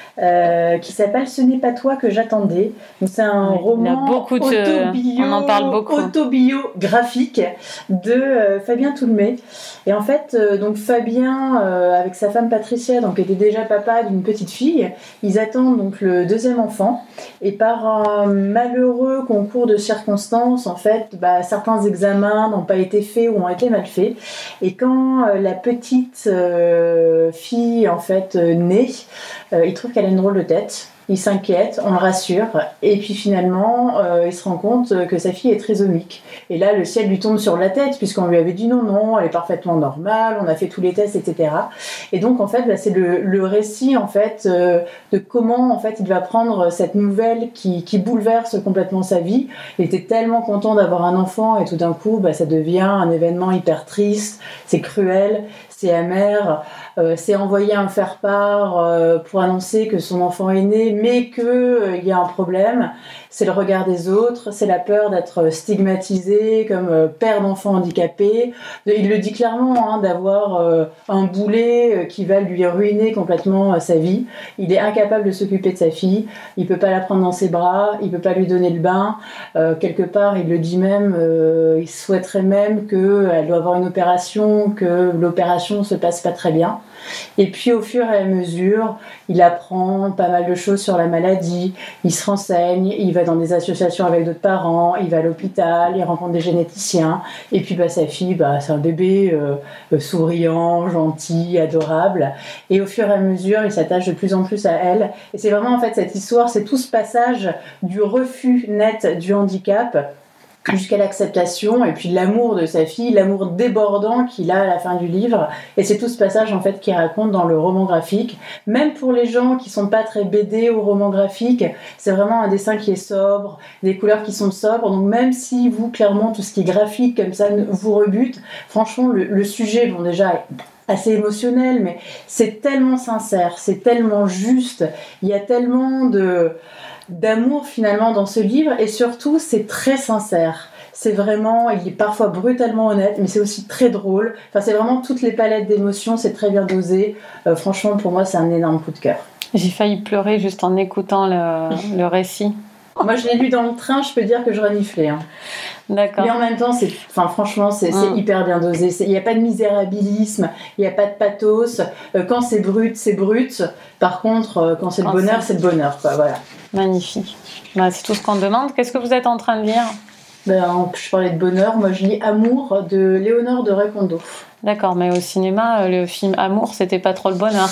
euh, qui s'appelle Ce n'est pas toi que j'attendais. Donc, c'est un Ouais, il y a roman beaucoup de- autobio, on en parle beaucoup. autobiographique de euh, Fabien Toulmé. Et en fait, euh, donc Fabien, euh, avec sa femme Patricia, donc était déjà papa d'une petite fille, ils attendent donc le deuxième enfant. Et par un malheureux concours de circonstances, en fait, bah, certains examens n'ont pas été faits ou ont été mal faits. Et quand euh, la petite euh, fille en fait euh, naît, euh, il trouve qu'elle a une drôle de tête. Il s'inquiète, on le rassure, et puis finalement, euh, il se rend compte que sa fille est trisomique. Et là, le ciel lui tombe sur la tête, puisqu'on lui avait dit non, non, elle est parfaitement normale, on a fait tous les tests, et cetera. Et donc, en fait, bah, c'est le, le récit, en fait, euh, de comment, en fait, il va prendre cette nouvelle qui, qui bouleverse complètement sa vie. Il était tellement content d'avoir un enfant, et tout d'un coup, bah, ça devient un événement hyper triste, c'est cruel, c'est amer. Euh, c'est envoyer un faire-part euh, pour annoncer que son enfant est né, mais qu'il euh, y a un problème. C'est le regard des autres, c'est la peur d'être stigmatisé comme euh, père d'enfant handicapé. Il le dit clairement, hein, d'avoir euh, un boulet euh, qui va lui ruiner complètement euh, sa vie. Il est incapable de s'occuper de sa fille, il peut pas la prendre dans ses bras, il peut pas lui donner le bain. Euh, quelque part, il le dit même, euh, il souhaiterait même qu'elle doit avoir une opération, que l'opération se passe pas très bien. Et puis au fur et à mesure, il apprend pas mal de choses sur la maladie, il se renseigne, il va dans des associations avec d'autres parents, il va à l'hôpital, il rencontre des généticiens, et puis bah, sa fille, bah, c'est un bébé euh, souriant, gentil, adorable, et au fur et à mesure, il s'attache de plus en plus à elle. Et c'est vraiment en fait cette histoire, c'est tout ce passage du refus net du handicap jusqu'à l'acceptation, et puis l'amour de sa fille, l'amour débordant qu'il a à la fin du livre. Et c'est tout ce passage en fait qu'il raconte dans le roman graphique. Même pour les gens qui sont pas très B D ou roman graphique, c'est vraiment un dessin qui est sobre, des couleurs qui sont sobres. Donc même si vous, clairement, tout ce qui est graphique comme ça vous rebute, franchement le, le sujet, bon déjà est assez émotionnel, mais c'est tellement sincère, c'est tellement juste, il y a tellement de d'amour finalement dans ce livre, et surtout c'est très sincère. C'est vraiment, il est parfois brutalement honnête, mais c'est aussi très drôle. Enfin, c'est vraiment toutes les palettes d'émotions, c'est très bien dosé. Euh, franchement, pour moi, c'est un énorme coup de cœur. J'ai failli pleurer juste en écoutant le, le récit. Moi, je l'ai lu dans le train, je peux dire que je reniflais. Hein. D'accord. Mais en même temps, c'est, enfin, franchement, c'est, c'est mm. hyper bien dosé. Il n'y a pas de misérabilisme, il n'y a pas de pathos. Euh, quand c'est brut, c'est brut. Par contre, euh, quand c'est le Quand bonheur, c'est... c'est le bonheur, quoi. Voilà. Magnifique. Bah, c'est tout ce qu'on demande. Qu'est-ce que vous êtes en train de lire ? Ben, je parlais de bonheur. Moi, je lis Amour de Léonore de Recondo. D'accord, mais au cinéma, le film Amour, c'était pas trop le bonheur.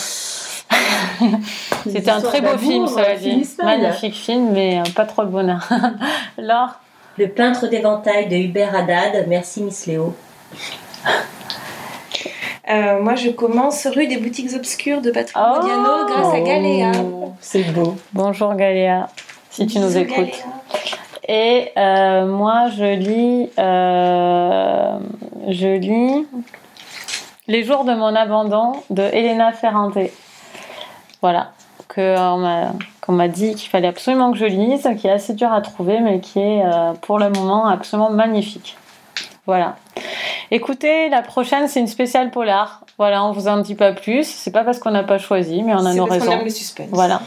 C'était un très beau film, cela dit. Magnifique film, mais pas trop le bonheur. Laure ? Le peintre d'éventail de Hubert Haddad. Merci Miss Léo. Euh, moi, je commence Rue des boutiques obscures de Patrick oh Modiano grâce à Galéa. C'est beau. Bonjour Galéa, si tu Bisous, nous écoutes. Galéa. Et euh, moi, je lis, euh, je lis Les jours de mon abandon de Elena Ferrante. Voilà, que on m'a, qu'on m'a dit qu'il fallait absolument que je lise, qui est assez dur à trouver, mais qui est euh, pour le moment absolument magnifique. Voilà. Écoutez, la prochaine, c'est une spéciale polar. Voilà, on vous en dit pas plus. C'est pas parce qu'on n'a pas choisi, mais on a c'est nos parce raisons. qu'on aime le suspense. Voilà.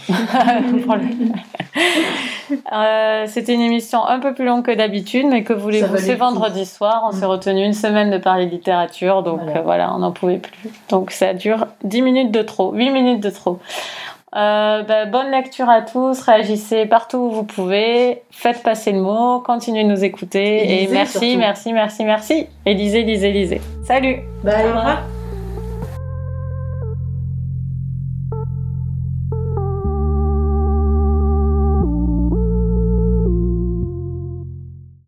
euh, c'était une émission un peu plus longue que d'habitude, mais que voulez-vous, c'est vendredi soir. On mmh. s'est retenu une semaine de parler de littérature, donc voilà, euh, voilà on n'en pouvait plus. Donc ça dure dix minutes de trop, huit minutes de trop. Euh, bah, bonne lecture à tous, réagissez partout où vous pouvez, faites passer le mot, continuez de nous écouter Et et, lisez, merci, surtout. merci, merci, merci. Et lisez, lisez, lisez. Salut. Bye. Au revoir.